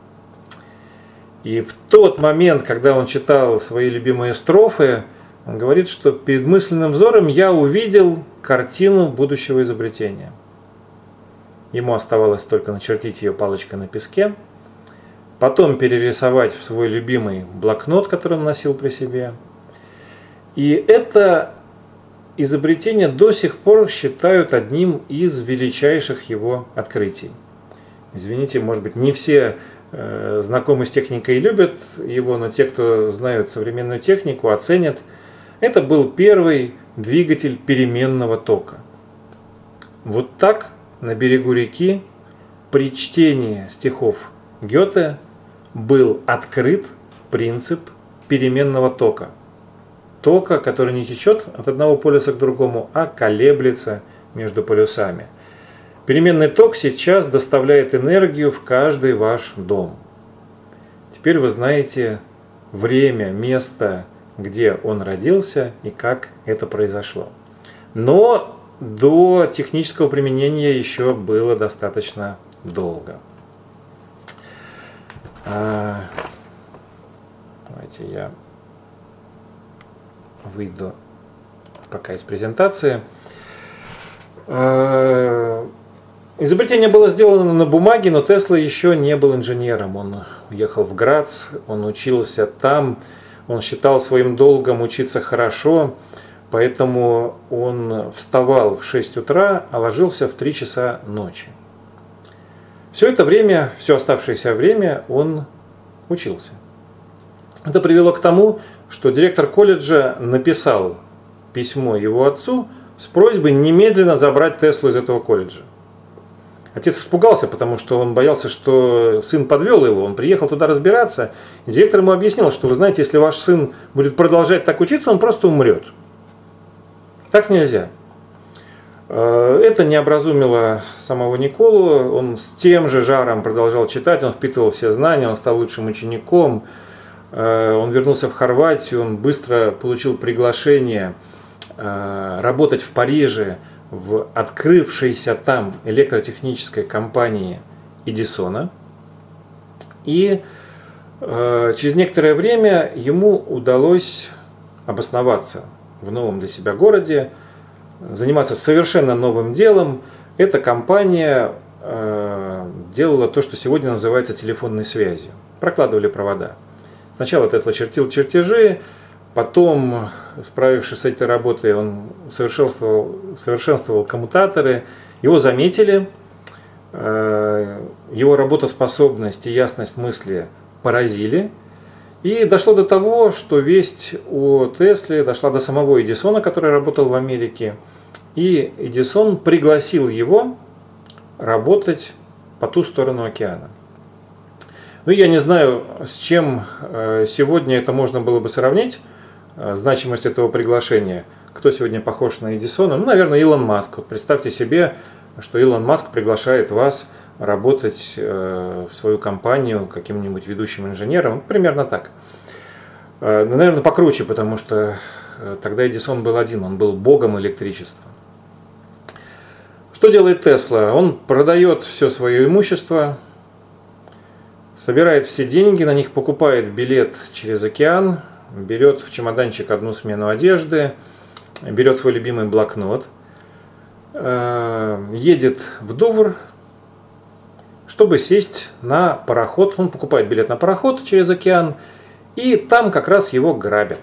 И в тот момент, когда он читал свои любимые строфы, он говорит, что перед мысленным взором я увидел картину будущего изобретения. Ему оставалось только начертить ее палочкой на песке, потом перерисовать в свой любимый блокнот, который он носил при себе. И это изобретение до сих пор считают одним из величайших его открытий. Извините, может быть, не все знакомы с техникой и любят его, но те, кто знают современную технику, оценят. Это был первый двигатель переменного тока. Вот так на берегу реки при чтении стихов Гёте был открыт принцип переменного тока. Тока, который не течет от одного полюса к другому, а колеблется между полюсами. Переменный ток сейчас доставляет энергию в каждый ваш дом. Теперь вы знаете время, место, где он родился и как это произошло. Но до технического применения еще было достаточно долго. Давайте я выйду пока из презентации. Изобретение было сделано на бумаге, но Тесла еще не был инженером. Он уехал в Грац, он учился там, он считал своим долгом учиться хорошо, поэтому он вставал в 6 утра, а ложился в 3 часа ночи. Все это время, все оставшееся время он учился. Это привело к тому, что директор колледжа написал письмо его отцу с просьбой немедленно забрать Теслу из этого колледжа. Отец испугался, потому что он боялся, что сын подвел его. Он приехал туда разбираться, и директор ему объяснил, что, вы знаете, если ваш сын будет продолжать так учиться, он просто умрет. Так нельзя. Это не образумило самого Николу. Он с тем же жаром продолжал читать, он впитывал все знания, он стал лучшим учеником. Он вернулся в Хорватию, он быстро получил приглашение работать в Париже в открывшейся там электротехнической компании Эдисона. И через некоторое время ему удалось обосноваться в новом для себя городе, заниматься совершенно новым делом. Эта компания делала то, что сегодня называется телефонной связью. Прокладывали провода. Сначала Тесла чертил чертежи, потом, справившись с этой работой, он совершенствовал коммутаторы. Его заметили, его работоспособность и ясность мысли поразили. И дошло до того, что весть о Тесле дошла до самого Эдисона, который работал в Америке. И Эдисон пригласил его работать по ту сторону океана. Ну, я не знаю, с чем сегодня это можно было бы сравнить, значимость этого приглашения. Кто сегодня похож на Эдисона? Ну, наверное, Илон Маск. Вот представьте себе, что Илон Маск приглашает вас работать в свою компанию каким-нибудь ведущим инженером. Примерно так. Наверное, покруче, потому что тогда Эдисон был один, он был богом электричества. Что делает Тесла? Он продает все свое имущество, собирает все деньги, на них покупает билет через океан, берет в чемоданчик одну смену одежды, берет свой любимый блокнот, едет в Дувр, чтобы сесть на пароход. Он покупает билет на пароход через океан, и там как раз его грабят.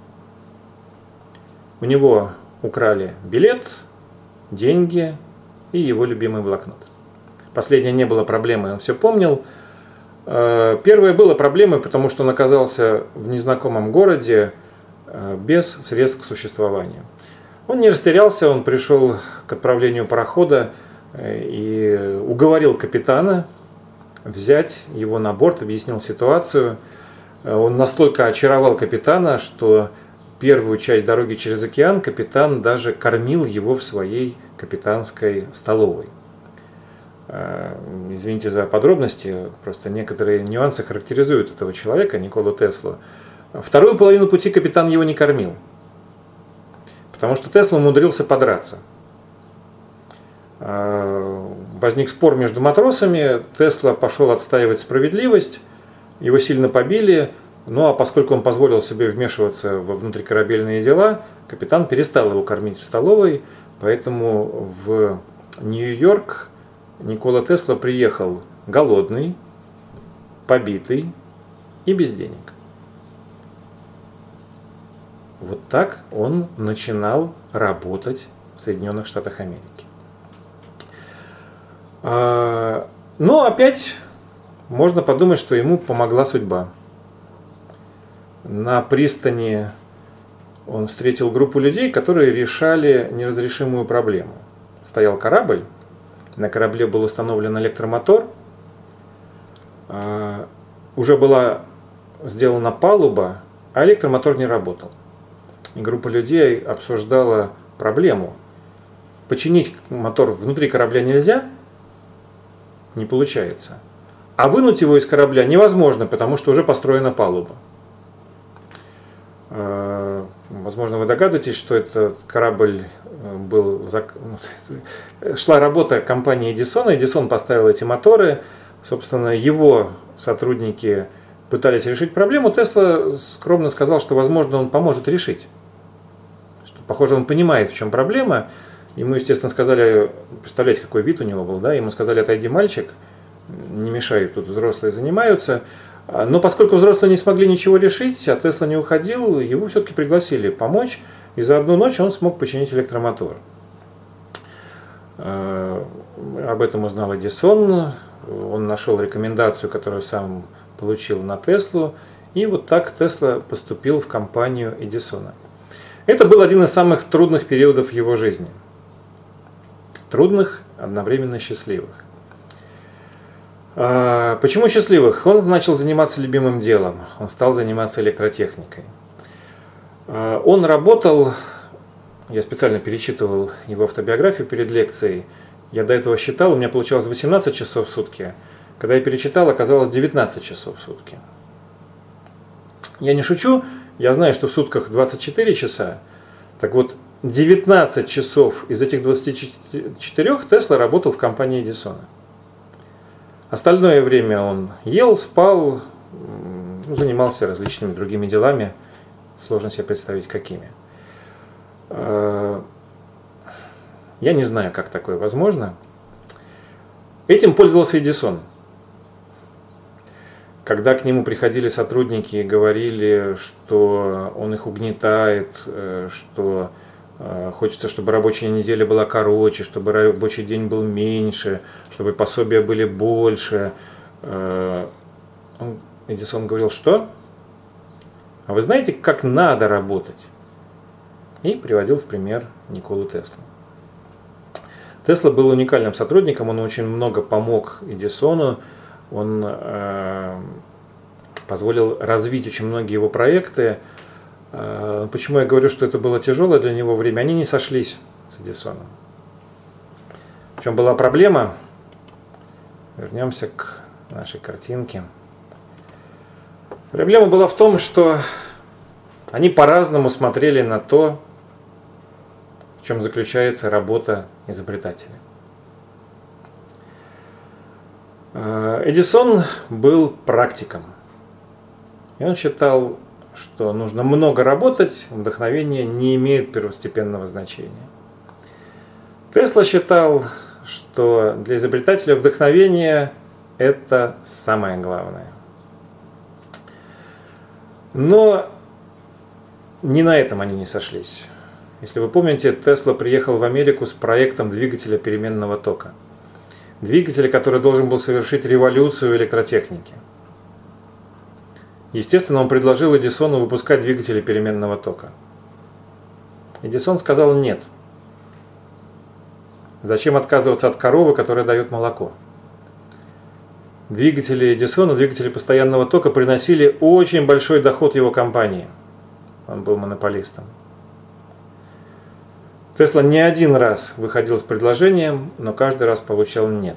У него украли билет, деньги и его любимый блокнот. Последнее не было проблемой, он все помнил. Первое было проблемой, потому что он оказался в незнакомом городе без средств к существованию. Он не растерялся, он пришел к отправлению парохода и уговорил капитана взять его на борт, объяснил ситуацию. Он настолько очаровал капитана, что первую часть дороги через океан капитан даже кормил его в своей капитанской столовой. Извините за подробности, просто некоторые нюансы характеризуют этого человека, Николу Теслу. Вторую половину пути капитан его не кормил, потому что Тесла умудрился подраться. Возник спор между матросами, Тесла пошел отстаивать справедливость, его сильно побили, ну а поскольку он позволил себе вмешиваться во внутрикорабельные дела, капитан перестал его кормить в столовой, поэтому в Нью-Йорк Никола Тесла приехал голодный, побитый и без денег. Вот так он начинал работать в Соединенных Штатах Америки. Но опять можно подумать, что ему помогла судьба. На пристани он встретил группу людей, которые решали неразрешимую проблему. Стоял корабль, на корабле был установлен электромотор, уже была сделана палуба, а электромотор не работал. И группа людей обсуждала проблему. Починить мотор внутри корабля нельзя, не получается. А вынуть его из корабля невозможно, потому что уже построена палуба. Возможно, вы догадываетесь, что этот корабль был... Шла работа компании Эдисона. Эдисон поставил эти моторы. Собственно, его сотрудники пытались решить проблему. Тесла скромно сказал, что, возможно, он поможет решить. Что, похоже, он понимает, в чем проблема. Ему, естественно, сказали, представляете, какой вид у него был, да? Ему сказали: отойди, мальчик, не мешай, тут взрослые занимаются. Но поскольку взрослые не смогли ничего решить, а Тесла не уходил, его все-таки пригласили помочь, и за одну ночь он смог починить электромотор. Об этом узнал Эдисон, он нашел рекомендацию, которую сам получил на Теслу, и вот так Тесла поступил в компанию Эдисона. Это был один из самых трудных периодов его жизни. Трудных, одновременно счастливых. Почему счастливых? Он начал заниматься любимым делом, он стал заниматься электротехникой. Он работал, я специально перечитывал его автобиографию перед лекцией, я до этого считал, у меня получалось 18 часов в сутки, когда я перечитал, оказалось 19 часов в сутки. Я не шучу, я знаю, что в сутках 24 часа, так вот 19 часов из этих 24 Тесла работал в компании Эдисона. Остальное время он ел, спал, занимался различными другими делами. Сложно себе представить, какими. Я не знаю, как такое возможно. Этим пользовался Эдисон. Когда к нему приходили сотрудники и говорили, что он их угнетает, что хочется, чтобы рабочая неделя была короче, чтобы рабочий день был меньше, чтобы пособия были больше. Эдисон говорил: что? А вы знаете, как надо работать? И приводил в пример Николу Теслу. Тесла был уникальным сотрудником, он очень много помог Эдисону, он позволил развить очень многие его проекты. Почему я говорю, что это было тяжелое для него время? Они не сошлись с Эдисоном. В чем была проблема? Вернемся к нашей картинке. Проблема была в том, что Они по-разному смотрели на то, в чем заключается работа изобретателя. Эдисон был практиком. И он считал, что нужно много работать, вдохновение не имеет первостепенного значения. Тесла считал, что для изобретателя вдохновение – это самое главное. Но не на этом они не сошлись. Если вы помните, Тесла приехал в Америку с проектом двигателя переменного тока. Двигателя, который должен был совершить революцию в электротехнике. Естественно, он предложил Эдисону выпускать двигатели переменного тока. Эдисон сказал нет. Зачем отказываться от коровы, которая дает молоко? Двигатели Эдисона, двигатели постоянного тока приносили очень большой доход его компании. Он был монополистом. Тесла не один раз выходил с предложением, но каждый раз получал нет.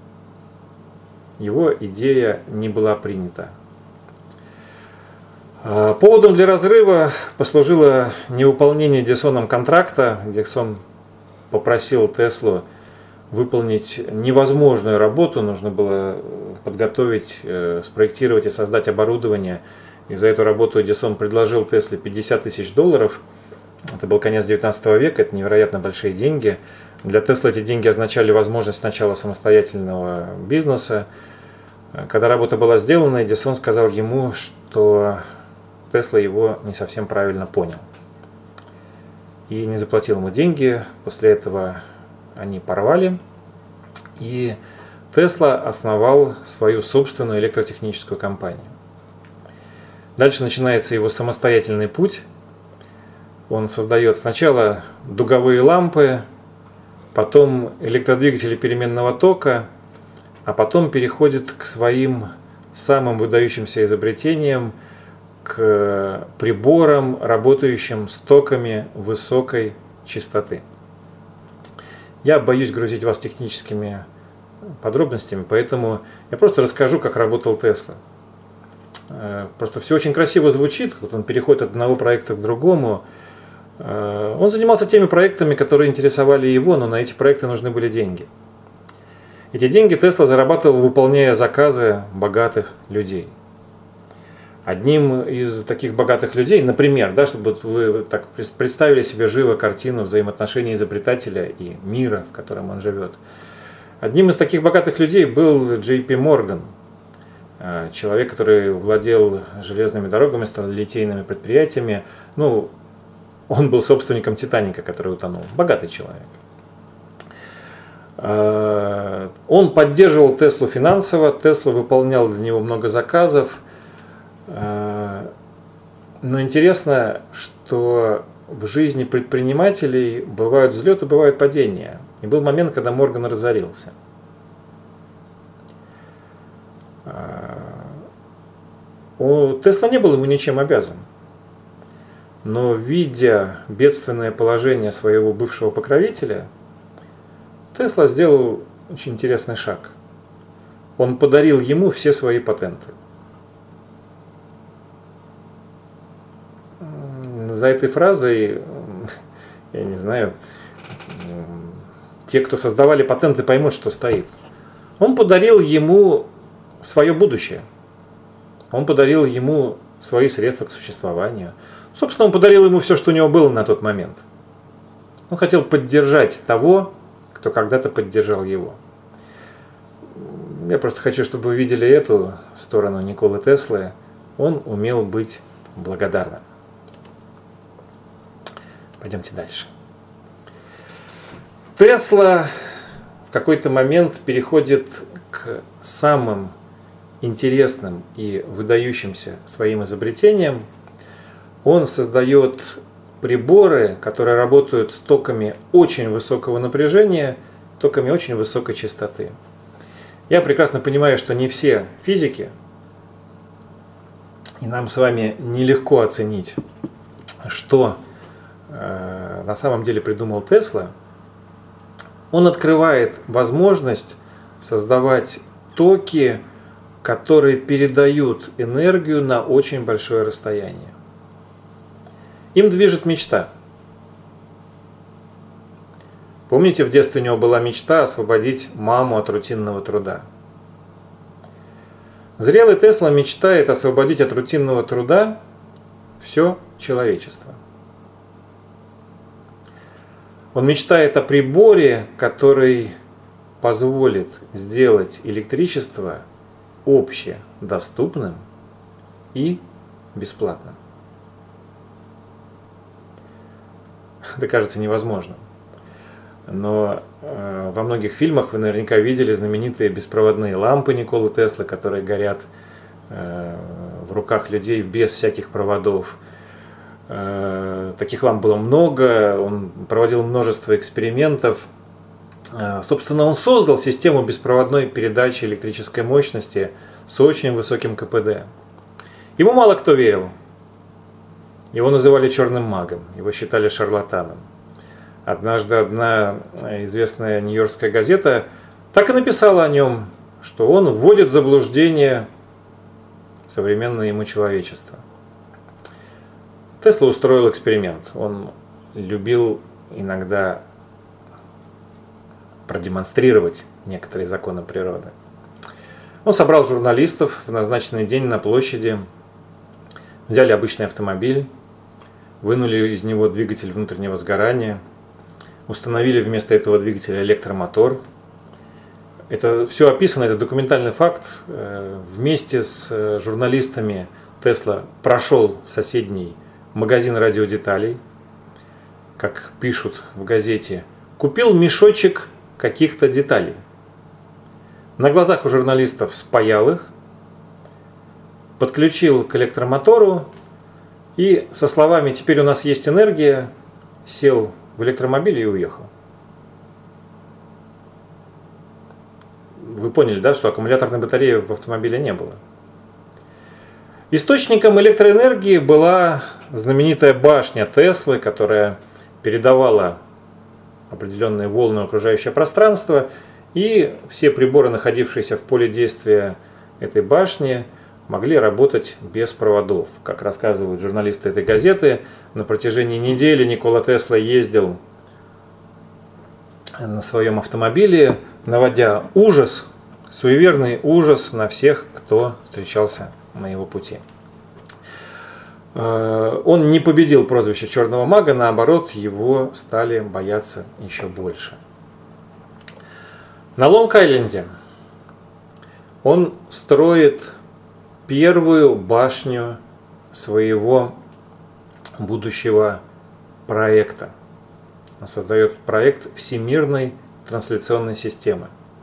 Его идея не была принята. Поводом для разрыва послужило невыполнение Эдисоном контракта. Эдисон попросил Теслу выполнить невозможную работу. Нужно было подготовить, спроектировать и создать оборудование. И за эту работу Эдисон предложил Тесле $50 тысяч. Это был конец 19 века, это невероятно большие деньги. Для Теслы эти деньги означали возможность начала самостоятельного бизнеса. Когда работа была сделана, Эдисон сказал ему, что Тесла его не совсем правильно понял. И не заплатил ему деньги. После этого они порвали. И Тесла основал свою собственную электротехническую компанию. Дальше начинается его самостоятельный путь. Он создает сначала дуговые лампы, потом электродвигатели переменного тока, а потом переходит к своим самым выдающимся изобретениям, к приборам, работающим с токами высокой частоты. Я боюсь грузить вас техническими подробностями, поэтому я просто расскажу, как работал Тесла. Просто все очень красиво звучит, вот он переходит от одного проекта к другому. Он занимался теми проектами, которые интересовали его, но на эти проекты нужны были деньги. Эти деньги Тесла зарабатывал, выполняя заказы богатых людей. Одним из таких богатых людей, например, чтобы вы так представили себе живо картину взаимоотношений изобретателя и мира, в котором он живет. Одним из таких богатых людей был Джей-Пи Морган, человек, который владел железными дорогами, сталелитейными предприятиями. Он был собственником Титаника, который утонул. Богатый человек. Он поддерживал Теслу финансово, Тесла выполнял для него много заказов. Но интересно, что в жизни предпринимателей бывают взлеты, бывают падения. И был момент, когда Морган разорился. Тесла не был ему ничем обязан. Но видя бедственное положение своего бывшего покровителя, Тесла сделал очень интересный шаг. Он подарил ему все свои патенты. За этой фразой, я не знаю, те, кто создавали патенты, поймут, что стоит. Он подарил ему свое будущее. Он подарил ему свои средства к существованию. Собственно, он подарил ему все, что у него было на тот момент. Он хотел поддержать того, кто когда-то поддержал его. Я просто хочу, чтобы вы видели эту сторону Николы Теслы. Он умел быть благодарным. Пойдемте дальше. Тесла в какой-то момент переходит к самым интересным и выдающимся своим изобретениям. Он создает приборы, которые работают с токами очень высокого напряжения, токами очень высокой частоты. Я прекрасно понимаю, что не все физики, и нам с вами нелегко оценить, что на самом деле придумал Тесла. Он открывает возможность создавать токи, которые передают энергию на очень большое расстояние. Им движет мечта. Помните, в детстве у него была мечта освободить маму от рутинного труда. Зрелый Тесла мечтает освободить от рутинного труда все человечество. Он мечтает о приборе, который позволит сделать электричество общедоступным и бесплатным. Это кажется невозможным. Но во многих фильмах вы наверняка видели знаменитые беспроводные лампы Николы Теслы, которые горят в руках людей без всяких проводов. Таких ламп было много, он проводил множество экспериментов. Собственно, он создал систему беспроводной передачи электрической мощности с очень высоким КПД. Ему мало кто верил. Его называли черным магом, его считали шарлатаном. Однажды одна известная нью-йоркская газета так и написала о нем, что он вводит в заблуждение современное ему человечество. Тесла устроил эксперимент. Он любил иногда продемонстрировать некоторые законы природы. Он собрал журналистов в назначенный день на площади, взяли обычный автомобиль, вынули из него двигатель внутреннего сгорания, установили вместо этого двигателя электромотор. Это все описано, это документальный факт. Вместе с журналистами Тесла прошел в соседний магазин радиодеталей, как пишут в газете, купил мешочек каких-то деталей. На глазах у журналистов спаял их, подключил к электромотору и со словами «теперь у нас есть энергия» сел в электромобиль и уехал. Вы поняли, да, что аккумуляторной батареи в автомобиле не было. Источником электроэнергии была знаменитая башня Теслы, которая передавала определенные волны в окружающее пространство, и все приборы, находившиеся в поле действия этой башни, могли работать без проводов. Как рассказывают журналисты этой газеты, на протяжении недели Никола Тесла ездил на своем автомобиле, наводя ужас, суеверный ужас на всех, кто встречался на его пути. Он не победил прозвище черного мага, наоборот, его стали бояться еще больше. На Лонг-Айленде он строит первую башню своего будущего проекта. Он создает проект Всемирной трансляционной системы.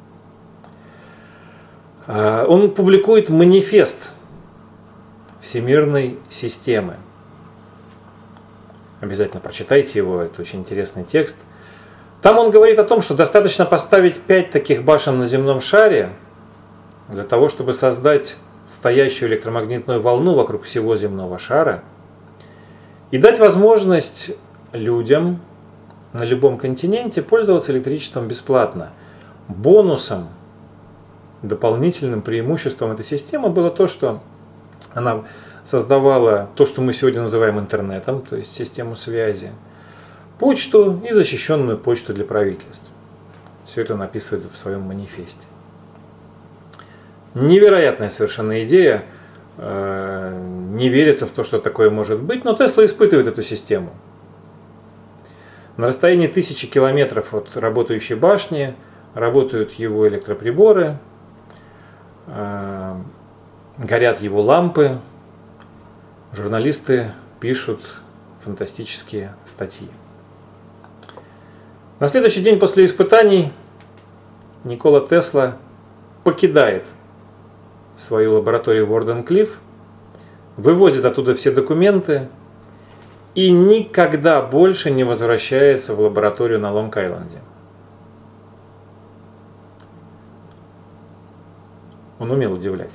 Он публикует манифест Всемирной системы. Обязательно прочитайте его, это очень интересный текст. Там он говорит о том, что достаточно поставить 5 таких башен на земном шаре для того, чтобы создать стоящую электромагнитную волну вокруг всего земного шара и дать возможность людям на любом континенте пользоваться электричеством бесплатно. Бонусом, дополнительным преимуществом этой системы было то, что она создавала то, что мы сегодня называем интернетом, то есть систему связи, почту и защищенную почту для правительств. Все это он описывает в своем манифесте. Невероятная совершенно идея, не верится в то, что такое может быть, но Тесла испытывает эту систему. На расстоянии 1000 километров от работающей башни работают его электроприборы, горят его лампы, журналисты пишут фантастические статьи. На следующий день после испытаний Никола Тесла покидает свою лабораторию в Уорден-Клифф, вывозит оттуда все документы и никогда больше не возвращается в лабораторию на Лонг-Айленде. Он умел удивлять.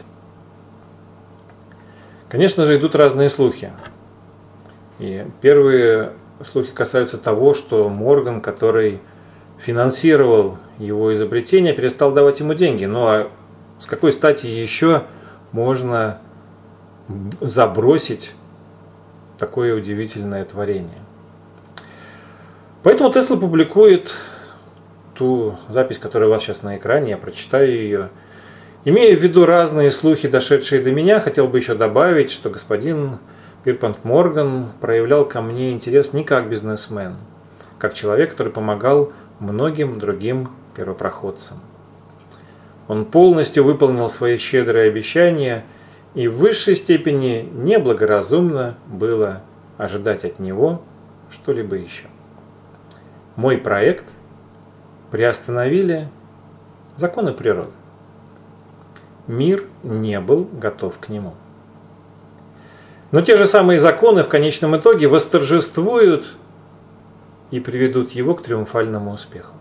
Конечно же, идут разные слухи. И первые слухи касаются того, что Морган, который финансировал его изобретение, перестал давать ему деньги. Ну а с какой стати еще можно забросить такое удивительное творение. Поэтому Тесла публикует ту запись, которая у вас сейчас на экране, я прочитаю ее. Имея в виду разные слухи, дошедшие до меня, хотел бы еще добавить, что господин Пирпант Морган проявлял ко мне интерес не как бизнесмен, как человек, который помогал многим другим первопроходцам. Он полностью выполнил свои щедрые обещания, и в высшей степени неблагоразумно было ожидать от него что-либо еще. Мой проект приостановили законы природы. Мир не был готов к нему. Но те же самые законы в конечном итоге восторжествуют и приведут его к триумфальному успеху.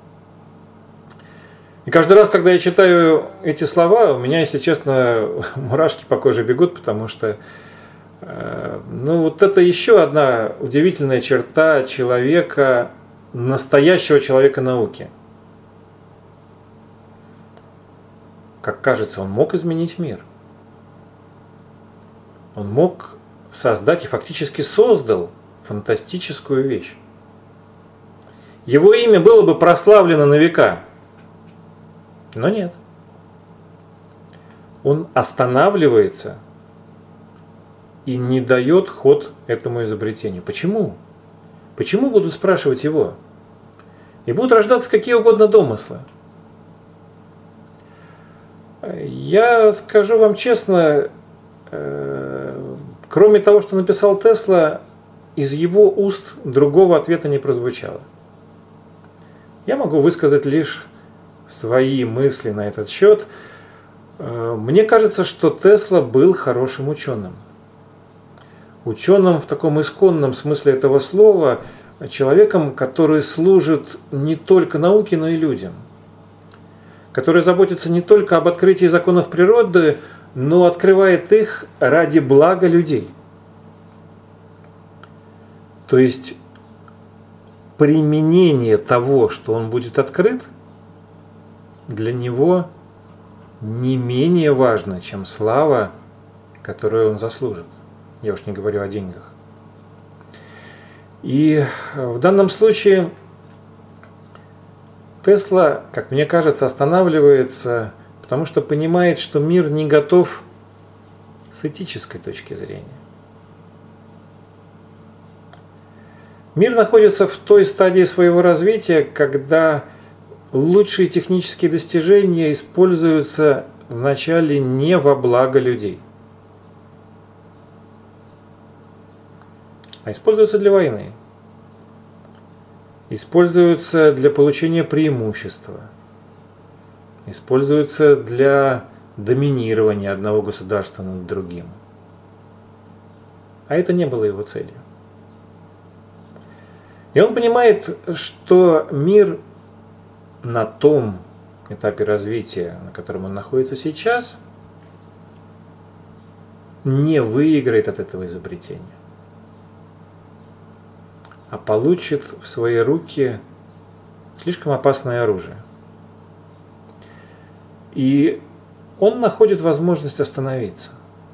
И каждый раз, когда я читаю эти слова, у меня, если честно, мурашки по коже бегут, потому что вот это еще одна удивительная черта человека, настоящего человека науки. Как кажется, он мог изменить мир. Он мог создать и фактически создал фантастическую вещь. Его имя было бы прославлено на века. Но нет. Он останавливается и не дает ход этому изобретению. Почему? Почему будут спрашивать его? И будут рождаться какие угодно домыслы. Я скажу вам честно, кроме того, что написал Тесла, из его уст другого ответа не прозвучало. Я могу высказать лишь свои мысли на этот счет. Мне кажется, что Тесла был хорошим ученым. Ученым в таком исконном смысле этого слова, человеком, который служит не только науке, но и людям. Который заботится не только об открытии законов природы, но открывает их ради блага людей. То есть применение того, что он будет открыт, для него не менее важно, чем слава, которую он заслужит. Я уж не говорю о деньгах. И в данном случае Тесла, как мне кажется, останавливается, потому что понимает, что мир не готов с этической точки зрения. Мир находится в той стадии своего развития, когда лучшие технические достижения используются вначале не во благо людей, а используются для войны. Используются для получения преимущества. Используются для доминирования одного государства над другим. А это не было его целью. И он понимает, что мир на том этапе развития, на котором он находится сейчас, не выиграет от этого изобретения, а получит в свои руки слишком опасное оружие. И он находит возможность остановиться.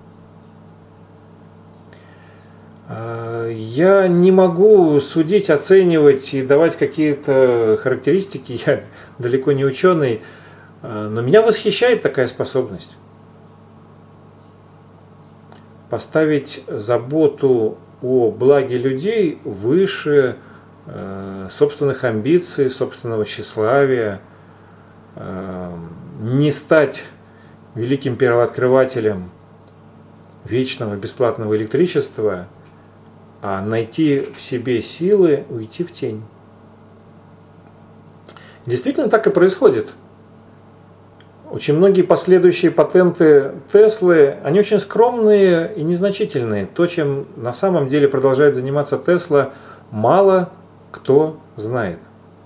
Я не могу судить, оценивать и давать какие-то характеристики, я далеко не ученый, но меня восхищает такая способность. Поставить заботу о благе людей выше собственных амбиций, собственного тщеславия, не стать великим первооткрывателем вечного бесплатного электричества, а найти в себе силы уйти в тень. Действительно так и происходит. Очень многие последующие патенты Теслы, они очень скромные и незначительные. То, чем на самом деле продолжает заниматься Тесла, мало кто знает.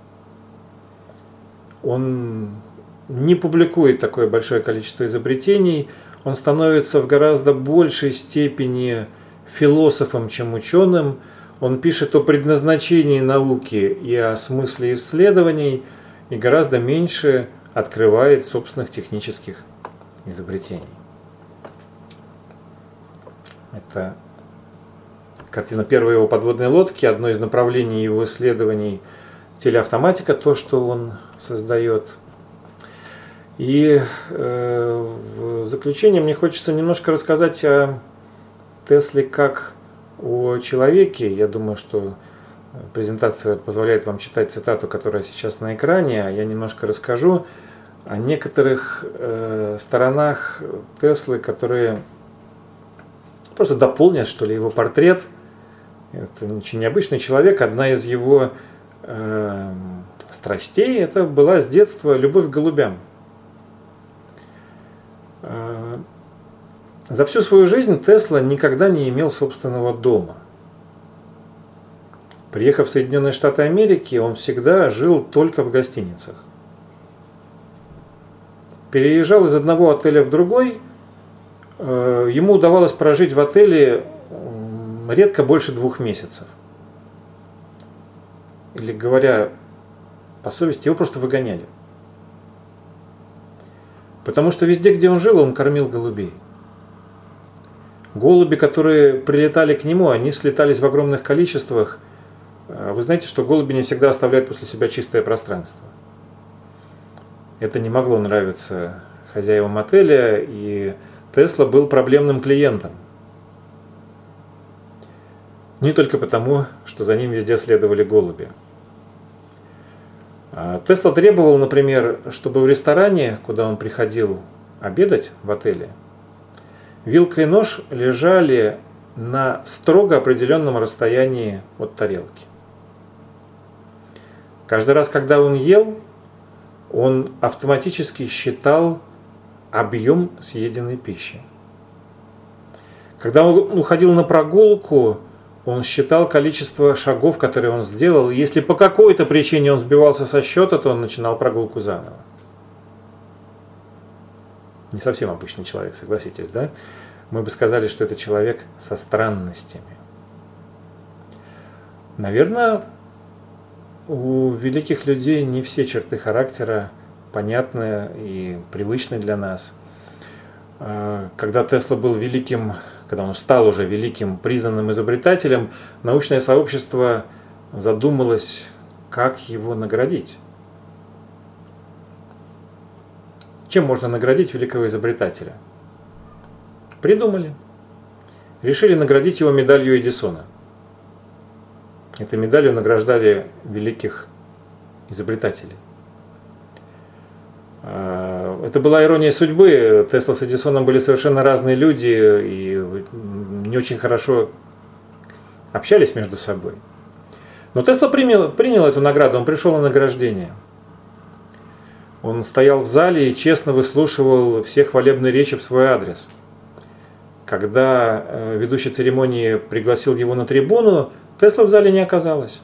Он не публикует такое большое количество изобретений, он становится в гораздо большей степени философом, чем ученым. Он пишет о предназначении науки и о смысле исследований, и гораздо меньше открывает собственных технических изобретений. Это картина первой его подводной лодки, одно из направлений его исследований телеавтоматика, то, что он создает. И в заключение мне хочется немножко рассказать о Тесле как о человеке. Я думаю, что презентация позволяет вам читать цитату, которая сейчас на экране, а я немножко расскажу о некоторых сторонах Теслы, которые просто дополнят, что ли, его портрет. Это очень необычный человек. Одна из его страстей это была с детства любовь к голубям. За всю свою жизнь Тесла никогда не имел собственного дома. Приехав в Соединенные Штаты Америки, он всегда жил только в гостиницах. Переезжал из одного отеля в другой. Ему удавалось прожить в отеле редко больше 2 месяцев. Или говоря по совести, его просто выгоняли. Потому что везде, где он жил, он кормил голубей. Голуби, которые прилетали к нему, они слетались в огромных количествах. Вы знаете, что голуби не всегда оставляют после себя чистое пространство. Это не могло нравиться хозяевам отеля, и Тесла был проблемным клиентом. Не только потому, что за ним везде следовали голуби. Тесла требовал, например, чтобы в ресторане, куда он приходил обедать в отеле, вилка и нож лежали на строго определенном расстоянии от тарелки. Каждый раз, когда он ел, он автоматически считал объем съеденной пищи. Когда он уходил на прогулку, он считал количество шагов, которые он сделал. И если по какой-то причине он сбивался со счета, то он начинал прогулку заново. Не совсем обычный человек, согласитесь, да? Мы бы сказали, что это человек со странностями. Наверное, у великих людей не все черты характера понятны и привычны для нас. Когда Тесла был великим, когда он стал уже великим признанным изобретателем, научное сообщество задумалось, как его наградить. Чем можно наградить великого изобретателя? Придумали. Решили наградить его медалью Эдисона. Этой медалью награждали великих изобретателей. Это была ирония судьбы. Тесла с Эдисоном были совершенно разные люди и не очень хорошо общались между собой. Но Тесла принял эту награду, он пришел на награждение. Он стоял в зале и честно выслушивал все хвалебные речи в свой адрес. Когда ведущий церемонии пригласил его на трибуну, Тесла в зале не оказалось.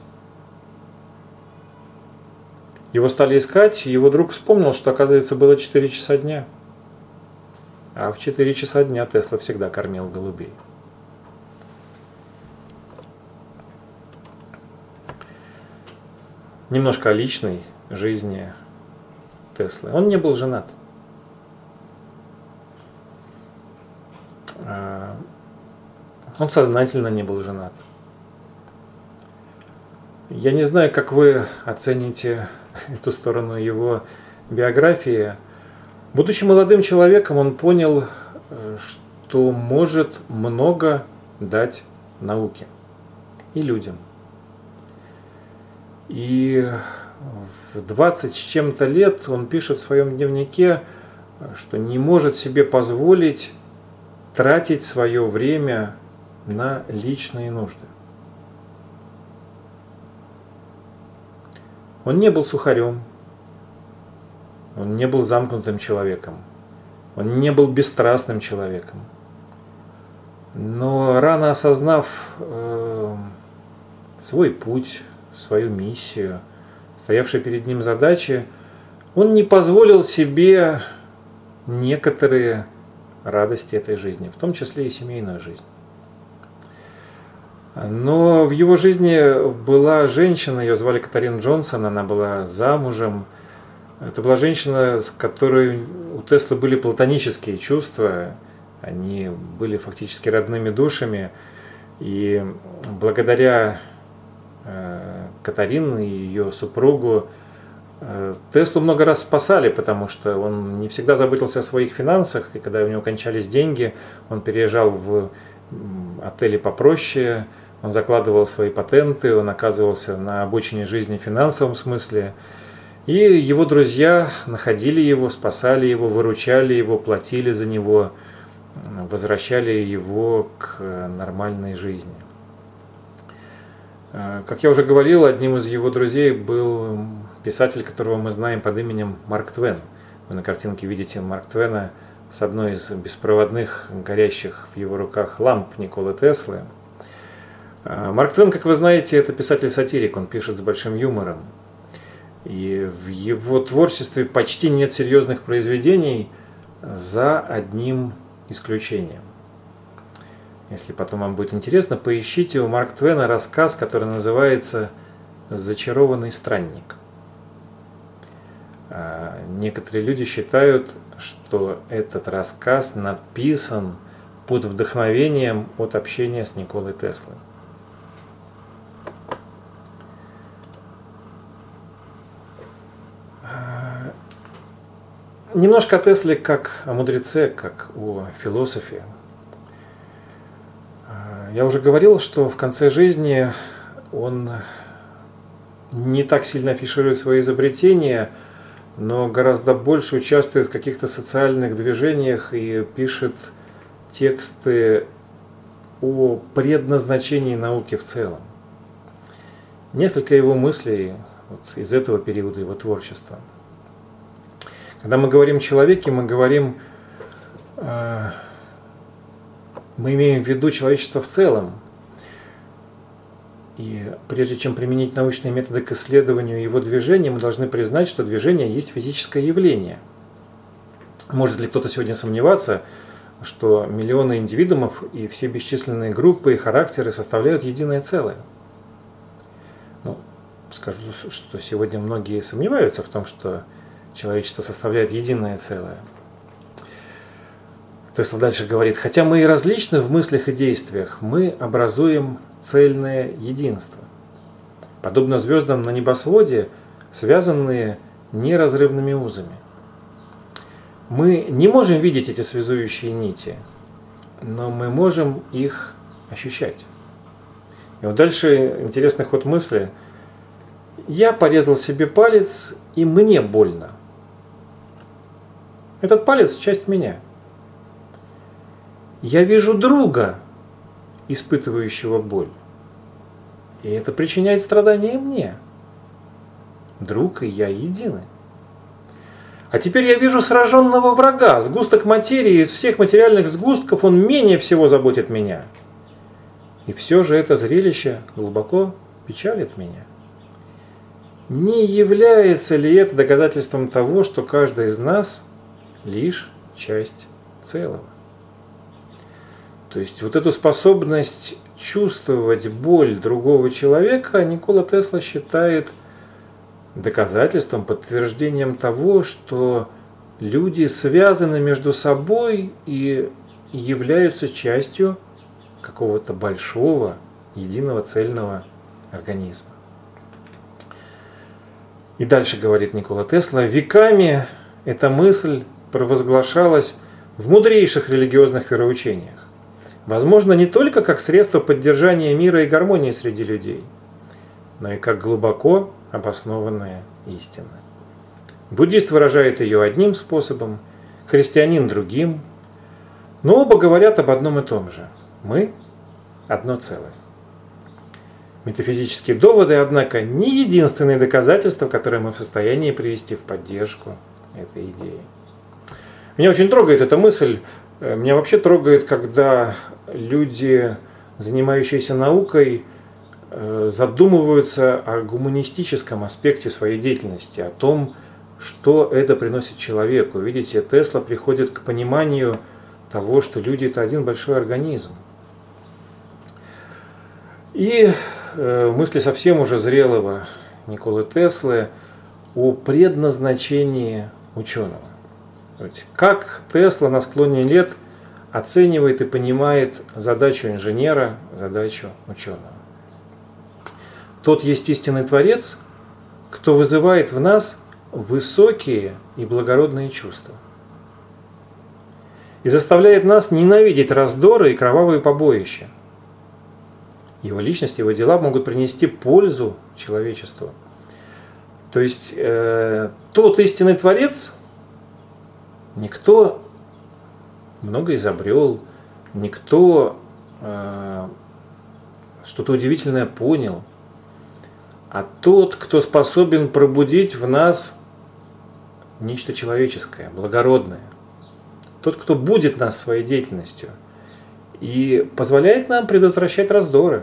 Его стали искать, и его друг вспомнил, что, оказывается, было 4 часа дня. А в 4 часа дня Тесла всегда кормил голубей. Немножко о личной жизни Теслы. Он не был женат. Он сознательно не был женат. Я не знаю, как вы оцените эту сторону его биографии. Будучи молодым человеком, он понял, что может много дать науке и людям. И в 20 с чем-то лет он пишет в своем дневнике, что не может себе позволить тратить свое время на личные нужды. Он не был сухарем, он не был замкнутым человеком, он не был бесстрастным человеком. Но рано осознав свой путь, свою миссию, стоявшие перед ним задачи, он не позволил себе некоторые радости этой жизни, в том числе и семейную жизнь. Но в его жизни была женщина, ее звали Катарин Джонсон, она была замужем. Это была женщина, с которой у Теслы были платонические чувства, они были фактически родными душами. И благодаря Катарин и ее супругу Теслу много раз спасали, потому что он не всегда заботился о своих финансах, и когда у него кончались деньги, он переезжал в отели попроще, он закладывал свои патенты, он оказывался на обочине жизни в финансовом смысле. И его друзья находили его, спасали его, выручали его, платили за него, возвращали его к нормальной жизни. Как я уже говорил, одним из его друзей был писатель, которого мы знаем под именем Марк Твен. Вы на картинке видите Марка Твена с одной из беспроводных, горящих в его руках ламп Николы Теслы. Марк Твен, как вы знаете, это писатель-сатирик, он пишет с большим юмором. И в его творчестве почти нет серьезных произведений, за одним исключением. Если потом вам будет интересно, поищите у Марка Твена рассказ, который называется «Зачарованный странник». Некоторые люди считают, что этот рассказ написан под вдохновением от общения с Николой Теслой. Немножко о Тесле как о мудреце, как о философе. Я уже говорил, что в конце жизни он не так сильно афиширует свои изобретения, но гораздо больше участвует в каких-то социальных движениях и пишет тексты о предназначении науки в целом. Несколько его мыслей вот из этого периода его творчества. Когда мы говорим о человеке, мы имеем в виду человечество в целом. И прежде чем применить научные методы к исследованию его движения, мы должны признать, что движение есть физическое явление. Может ли кто-то сегодня сомневаться, что миллионы индивидуумов и все бесчисленные группы и характеры составляют единое целое? Скажу, что сегодня многие сомневаются в том, что человечество составляет единое целое. Тесла дальше говорит: хотя мы и различны в мыслях и действиях, мы образуем цельное единство. Подобно звездам на небосводе, связанные неразрывными узами. Мы не можем видеть эти связующие нити, но мы можем их ощущать. И вот дальше интересный ход мысли. Я порезал себе палец, и мне больно. Этот палец – часть меня. Я вижу друга, испытывающего боль, и это причиняет страдания мне. Друг и я едины. А теперь я вижу сраженного врага, сгусток материи, из всех материальных сгустков он менее всего заботит меня. И все же это зрелище глубоко печалит меня. Не является ли это доказательством того, что каждый из нас лишь часть целого? То есть вот эту способность чувствовать боль другого человека Никола Тесла считает доказательством, подтверждением того, что люди связаны между собой и являются частью какого-то большого, единого цельного организма. И дальше говорит Никола Тесла: веками эта мысль провозглашалась в мудрейших религиозных вероучениях. Возможно, не только как средство поддержания мира и гармонии среди людей, но и как глубоко обоснованная истина. Буддист выражает ее одним способом, христианин другим, но оба говорят об одном и том же. Мы одно целое. Метафизические доводы, однако, не единственные доказательства, которые мы в состоянии привести в поддержку этой идеи. Меня очень трогает эта мысль. Меня вообще трогает, когда люди, занимающиеся наукой, задумываются о гуманистическом аспекте своей деятельности, о том, что это приносит человеку. Видите, Тесла приходит к пониманию того, что люди – это один большой организм. И мысли совсем уже зрелого Николы Теслы о предназначении ученого. Как Тесла на склоне лет оценивает и понимает задачу инженера, задачу ученого. Тот есть истинный Творец, кто вызывает в нас высокие и благородные чувства и заставляет нас ненавидеть раздоры и кровавые побоища. Его личность, его дела могут принести пользу человечеству. То есть тот истинный Творец, никто много изобрел, никто что-то удивительное понял, а тот, кто способен пробудить в нас нечто человеческое, благородное. Тот, кто будет нас своей деятельностью и позволяет нам предотвращать раздоры.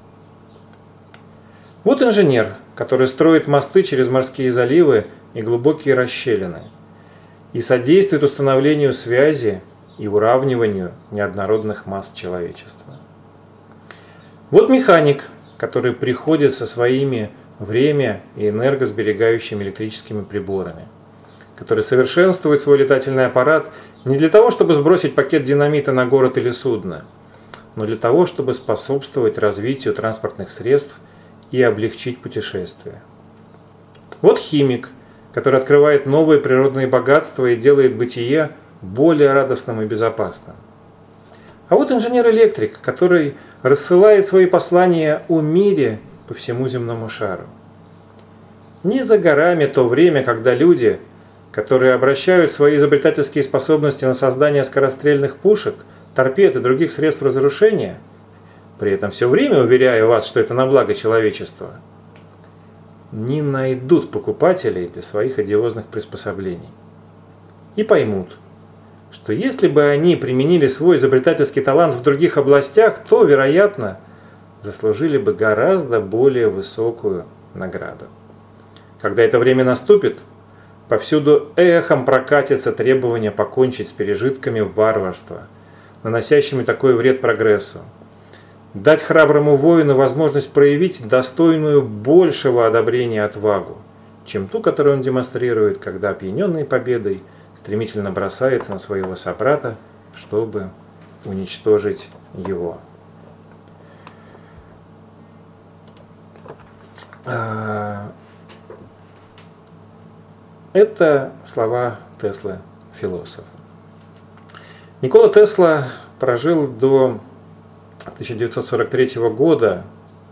Вот инженер, который строит мосты через морские заливы и глубокие расщелины и содействует установлению связи и уравниванию неоднородных масс человечества. Вот механик, который приходит со своими время- и энергосберегающими электрическими приборами, который совершенствует свой летательный аппарат не для того, чтобы сбросить пакет динамита на город или судно, но для того, чтобы способствовать развитию транспортных средств и облегчить путешествия. Вот химик, который открывает новые природные богатства и делает бытие более радостным и безопасным. А вот инженер-электрик, который рассылает свои послания о мире по всему земному шару. Не за горами то время, когда люди, которые обращают свои изобретательские способности на создание скорострельных пушек, торпед и других средств разрушения, при этом все время уверяя вас, что это на благо человечества, не найдут покупателей для своих одиозных приспособлений. И поймут, что если бы они применили свой изобретательский талант в других областях, то, вероятно, заслужили бы гораздо более высокую награду. Когда это время наступит, повсюду эхом прокатится требование покончить с пережитками варварства, наносящими такой вред прогрессу. Дать храброму воину возможность проявить достойную большего одобрения отвагу, чем ту, которую он демонстрирует, когда, опьяненный победой, стремительно бросается на своего собрата, чтобы уничтожить его. Это слова Теслы, философа. Никола Тесла прожил до 1943 года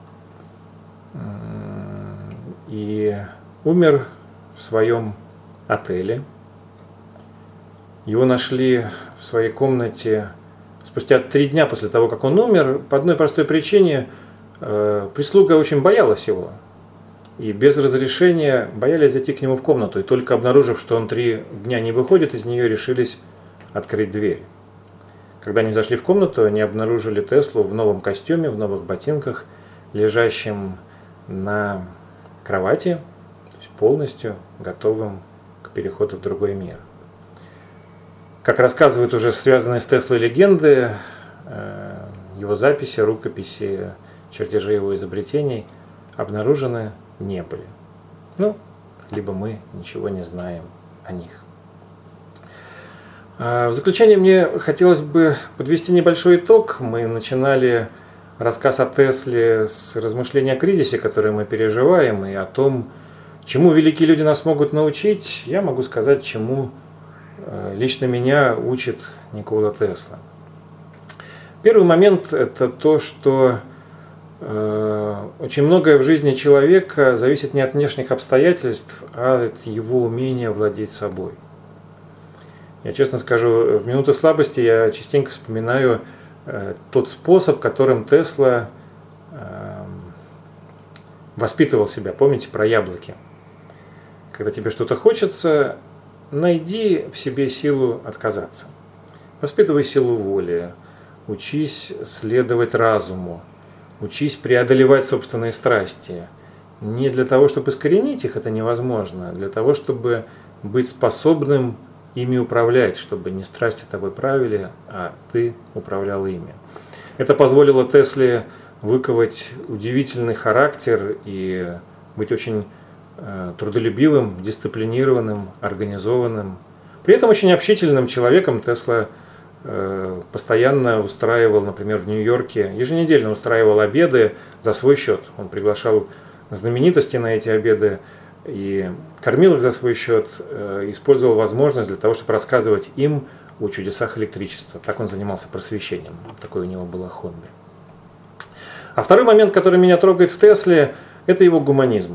и умер в своем отеле. Его нашли в своей комнате спустя 3 дня после того, как он умер. По одной простой причине: прислуга очень боялась его. И без разрешения боялись зайти к нему в комнату. И только обнаружив, что он 3 дня не выходит из нее, решились открыть дверь. Когда они зашли в комнату, они обнаружили Теслу в новом костюме, в новых ботинках, лежащим на кровати, то есть полностью готовым к переходу в другой мир. Как рассказывают уже связанные с Теслой легенды, его записи, рукописи, чертежи его изобретений обнаружены не были. Либо мы ничего не знаем о них. В заключение мне хотелось бы подвести небольшой итог. Мы начинали рассказ о Тесле с размышления о кризисе, который мы переживаем, и о том, чему великие люди нас могут научить. Я могу сказать, чему лично меня учит Никола Тесла. Первый момент – это то, что очень многое в жизни человека зависит не от внешних обстоятельств, а от его умения владеть собой. Я честно скажу, в минуты слабости я частенько вспоминаю тот способ, которым Тесла воспитывал себя. Помните про яблоки? Когда тебе что-то хочется, найди в себе силу отказаться. Воспитывай силу воли, учись следовать разуму, учись преодолевать собственные страсти. Не для того, чтобы искоренить их, это невозможно, а для того, чтобы быть способным ими управлять, чтобы не страсти тобой правили, а ты управлял ими. Это позволило Тесле выковать удивительный характер и быть очень трудолюбивым, дисциплинированным, организованным. При этом очень общительным человеком. Тесла постоянно устраивал, например, в Нью-Йорке, еженедельно устраивал обеды за свой счет. Он приглашал знаменитостей на эти обеды и кормил их за свой счет, использовал возможность для того, чтобы рассказывать им о чудесах электричества. Так он занимался просвещением. Такое у него было хобби. А второй момент, который меня трогает в Тесле, это его гуманизм.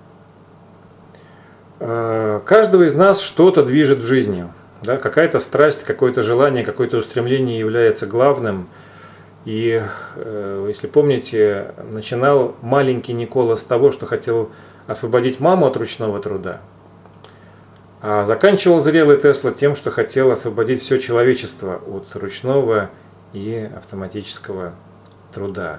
Каждого из нас что-то движет в жизни. Да? Какая-то страсть, какое-то желание, какое-то устремление является главным. И, если помните, начинал маленький Никола с того, что хотел освободить маму от ручного труда. А заканчивал зрелый Тесла тем, что хотел освободить все человечество от ручного и автоматического труда.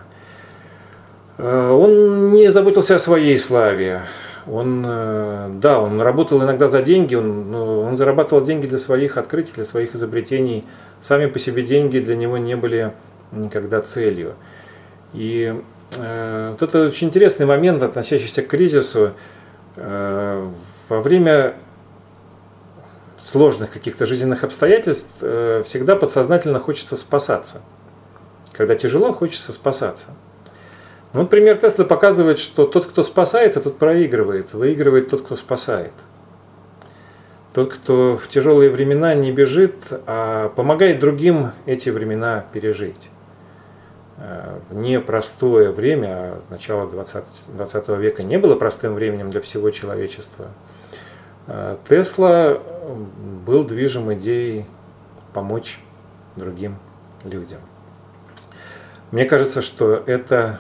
Он не заботился о своей славе. Он работал иногда за деньги, он зарабатывал деньги для своих открытий, для своих изобретений. Сами по себе деньги для него не были никогда целью. И вот это очень интересный момент, относящийся к кризису. Во время сложных каких-то жизненных обстоятельств всегда подсознательно хочется спасаться. Когда тяжело, хочется спасаться. Ну, пример Теслы показывает, что тот, кто спасается, тот проигрывает. Выигрывает тот, кто спасает. Тот, кто в тяжелые времена не бежит, а помогает другим эти времена пережить. В непростое время, начало 20 века не было простым временем для всего человечества. Тесла был движим идеей помочь другим людям. Мне кажется, что это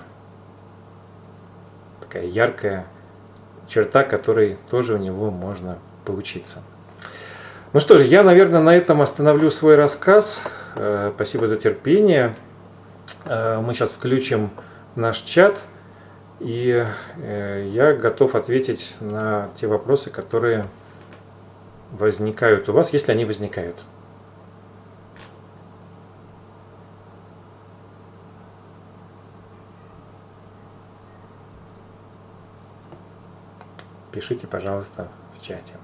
такая яркая черта, которой тоже у него можно поучиться. Ну что же, я, наверное, на этом остановлю свой рассказ. Спасибо за терпение. Мы сейчас включим наш чат, и я готов ответить на те вопросы, которые возникают у вас, если они возникают. Пишите, пожалуйста, в чате.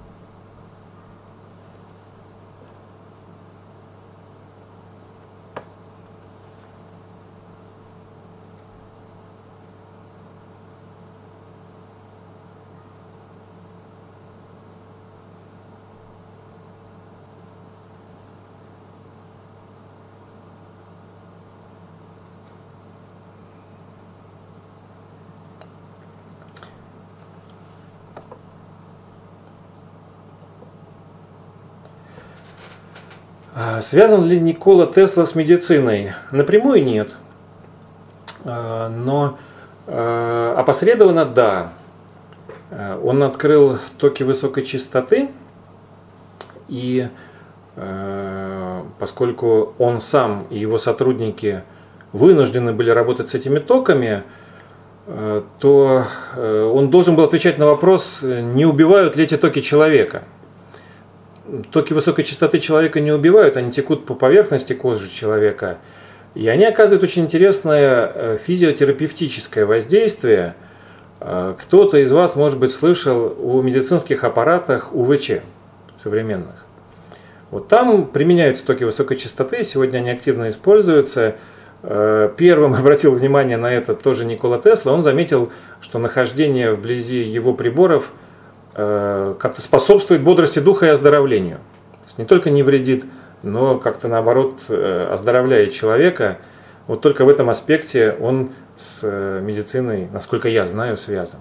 Связан ли Никола Тесла с медициной? Напрямую нет, но опосредованно да. Он открыл токи высокой частоты, и поскольку он сам и его сотрудники вынуждены были работать с этими токами, то он должен был отвечать на вопрос, не убивают ли эти токи человека. Токи высокой частоты человека не убивают, они текут по поверхности кожи человека, и они оказывают очень интересное физиотерапевтическое воздействие. Кто-то из вас, может быть, слышал о медицинских аппаратах УВЧ современных. Вот там применяются токи высокой частоты, сегодня они активно используются. Первым обратил внимание на это тоже Никола Тесла. Он заметил, что нахождение вблизи его приборов как-то способствует бодрости духа и оздоровлению. То есть не только не вредит, но как-то наоборот оздоровляет человека. Вот только в этом аспекте он с медициной, насколько я знаю, связан.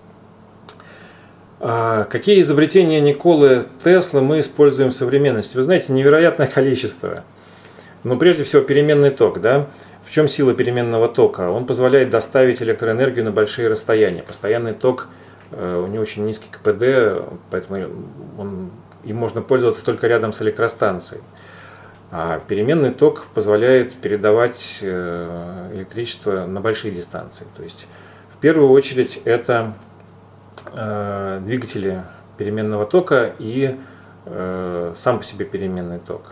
Какие изобретения Николы Теслы мы используем в современности? Вы знаете, невероятное количество. Но прежде всего переменный ток. Да? В чем сила переменного тока? Он позволяет доставить электроэнергию на большие расстояния. Постоянный ток, у него очень низкий КПД, поэтому им можно пользоваться только рядом с электростанцией. А переменный ток позволяет передавать электричество на большие дистанции. То есть в первую очередь это двигатели переменного тока и сам по себе переменный ток.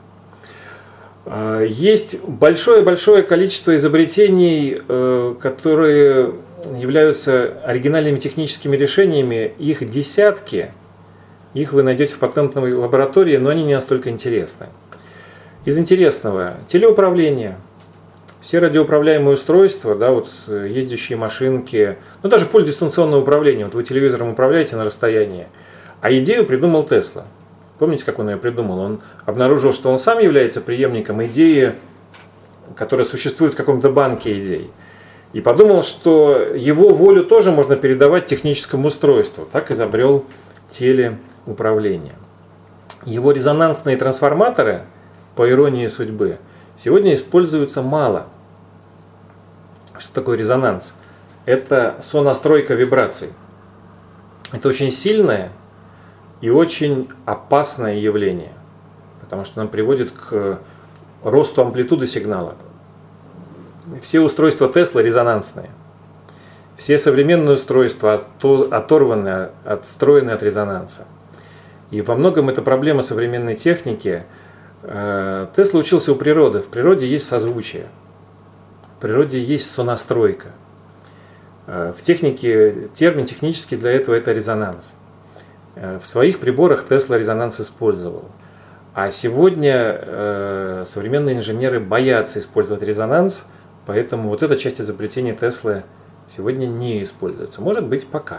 Есть большое-большое количество изобретений, которые являются оригинальными техническими решениями. Их десятки, их вы найдете в патентной лаборатории, но они не настолько интересны. Из интересного, телеуправление, все радиоуправляемые устройства, да, вот ездящие машинки, ну даже пульт дистанционного управления, вот вы телевизором управляете на расстоянии, а идею придумал Тесла. Помните, как он ее придумал? Он обнаружил, что он сам является преемником идеи, которая существует в каком-то банке идей. И подумал, что его волю тоже можно передавать техническому устройству. Так изобрел телеуправление. Его резонансные трансформаторы, по иронии судьбы, сегодня используются мало. Что такое резонанс? Это сонастройка вибраций. Это очень сильное и очень опасное явление, потому что оно приводит к росту амплитуды сигнала. Все устройства Тесла резонансные. Все современные устройства оторваны, отстроены от резонанса. И во многом это проблема современной техники. Тесла учился у природы. В природе есть созвучие. В природе есть сонастройка. В технике, термин технический для этого это резонанс. В своих приборах Тесла резонанс использовал. А сегодня современные инженеры боятся использовать резонанс, поэтому вот эта часть изобретения Теслы сегодня не используется. Может быть, пока.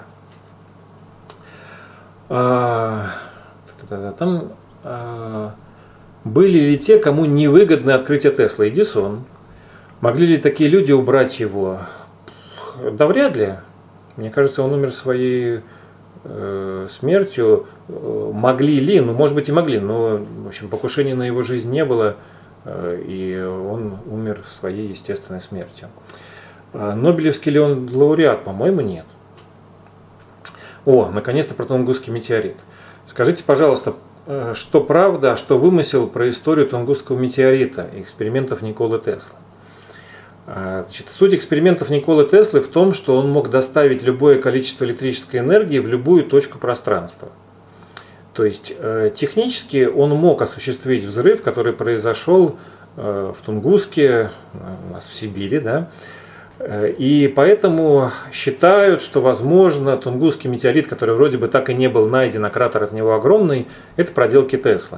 Там были ли те, кому невыгодно открытие Теслы? Эдисон. Могли ли такие люди убрать его? Да вряд ли. Мне кажется, он умер своей смертью. Могли ли? Ну, может быть, и могли, но, в общем, покушения на его жизнь не было, и он умер своей естественной смертью. Нобелевский ли он лауреат? По-моему, нет. О, наконец-то про Тунгусский метеорит. Скажите, пожалуйста, что правда, а что вымысел про историю Тунгусского метеорита и экспериментов Николы Теслы? Значит, суть экспериментов Николы Теслы в том, что он мог доставить любое количество электрической энергии в любую точку пространства. То есть технически он мог осуществить взрыв, который произошел в Тунгуске, у нас в Сибири, да? И поэтому считают, что, возможно, Тунгусский метеорит, который вроде бы так и не был найден, а кратер от него огромный, это проделки Теслы.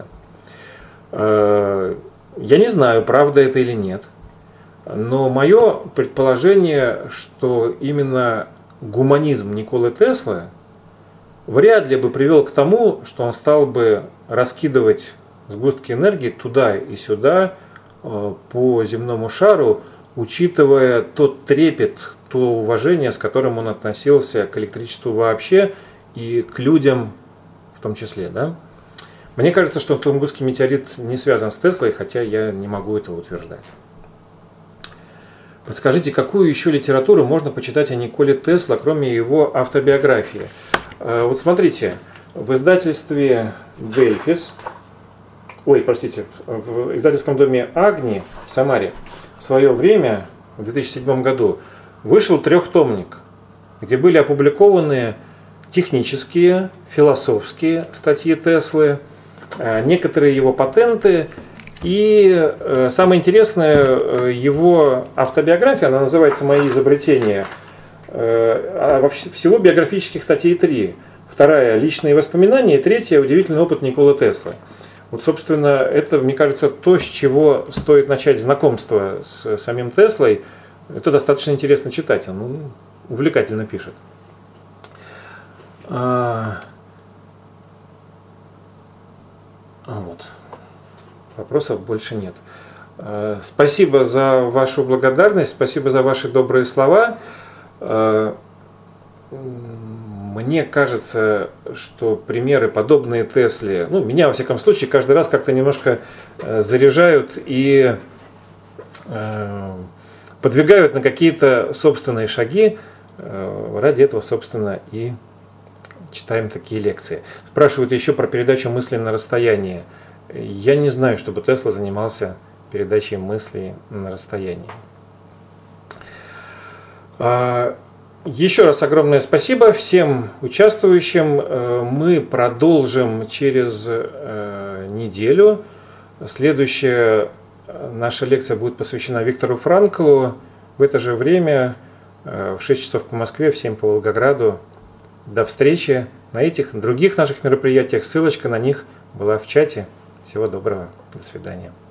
Я не знаю, правда это или нет. Но мое предположение, что именно гуманизм Николы Теслы вряд ли бы привел к тому, что он стал бы раскидывать сгустки энергии туда и сюда по земному шару, учитывая тот трепет, то уважение, с которым он относился к электричеству вообще и к людям в том числе. Да? Мне кажется, что Тунгусский метеорит не связан с Теслой, хотя я не могу этого утверждать. Подскажите, какую еще литературу можно почитать о Николе Тесле, кроме его автобиографии? Вот смотрите, в издательстве Дельфис, в издательском доме Агни в Самаре в свое время, в 2007 году, вышел трехтомник, где были опубликованы технические, философские статьи Теслы, некоторые его патенты. И самое интересное, его автобиография, она называется «Мои изобретения». А вообще всего биографических статей 3. Вторая – личные воспоминания, и третья – удивительный опыт Николы Теслы. Вот, собственно, это, мне кажется, то, с чего стоит начать знакомство с самим Теслой. Это достаточно интересно читать, он увлекательно пишет. Вот. Вопросов больше нет. Спасибо за вашу благодарность, спасибо за ваши добрые слова. Мне кажется, что примеры, подобные Тесле, меня, во всяком случае, каждый раз как-то немножко заряжают и подвигают на какие-то собственные шаги. Ради этого, собственно, и читаем такие лекции. Спрашивают еще про передачу мысли на расстоянии. Я не знаю, чтобы Тесла занимался передачей мыслей на расстоянии. Еще раз огромное спасибо всем участвующим. Мы продолжим через неделю. Следующая наша лекция будет посвящена Виктору Франклу. В это же время, в 6 часов по Москве, в 7 по Волгограду. До встречи на этих других наших мероприятиях. Ссылочка на них была в чате. Всего доброго. До свидания.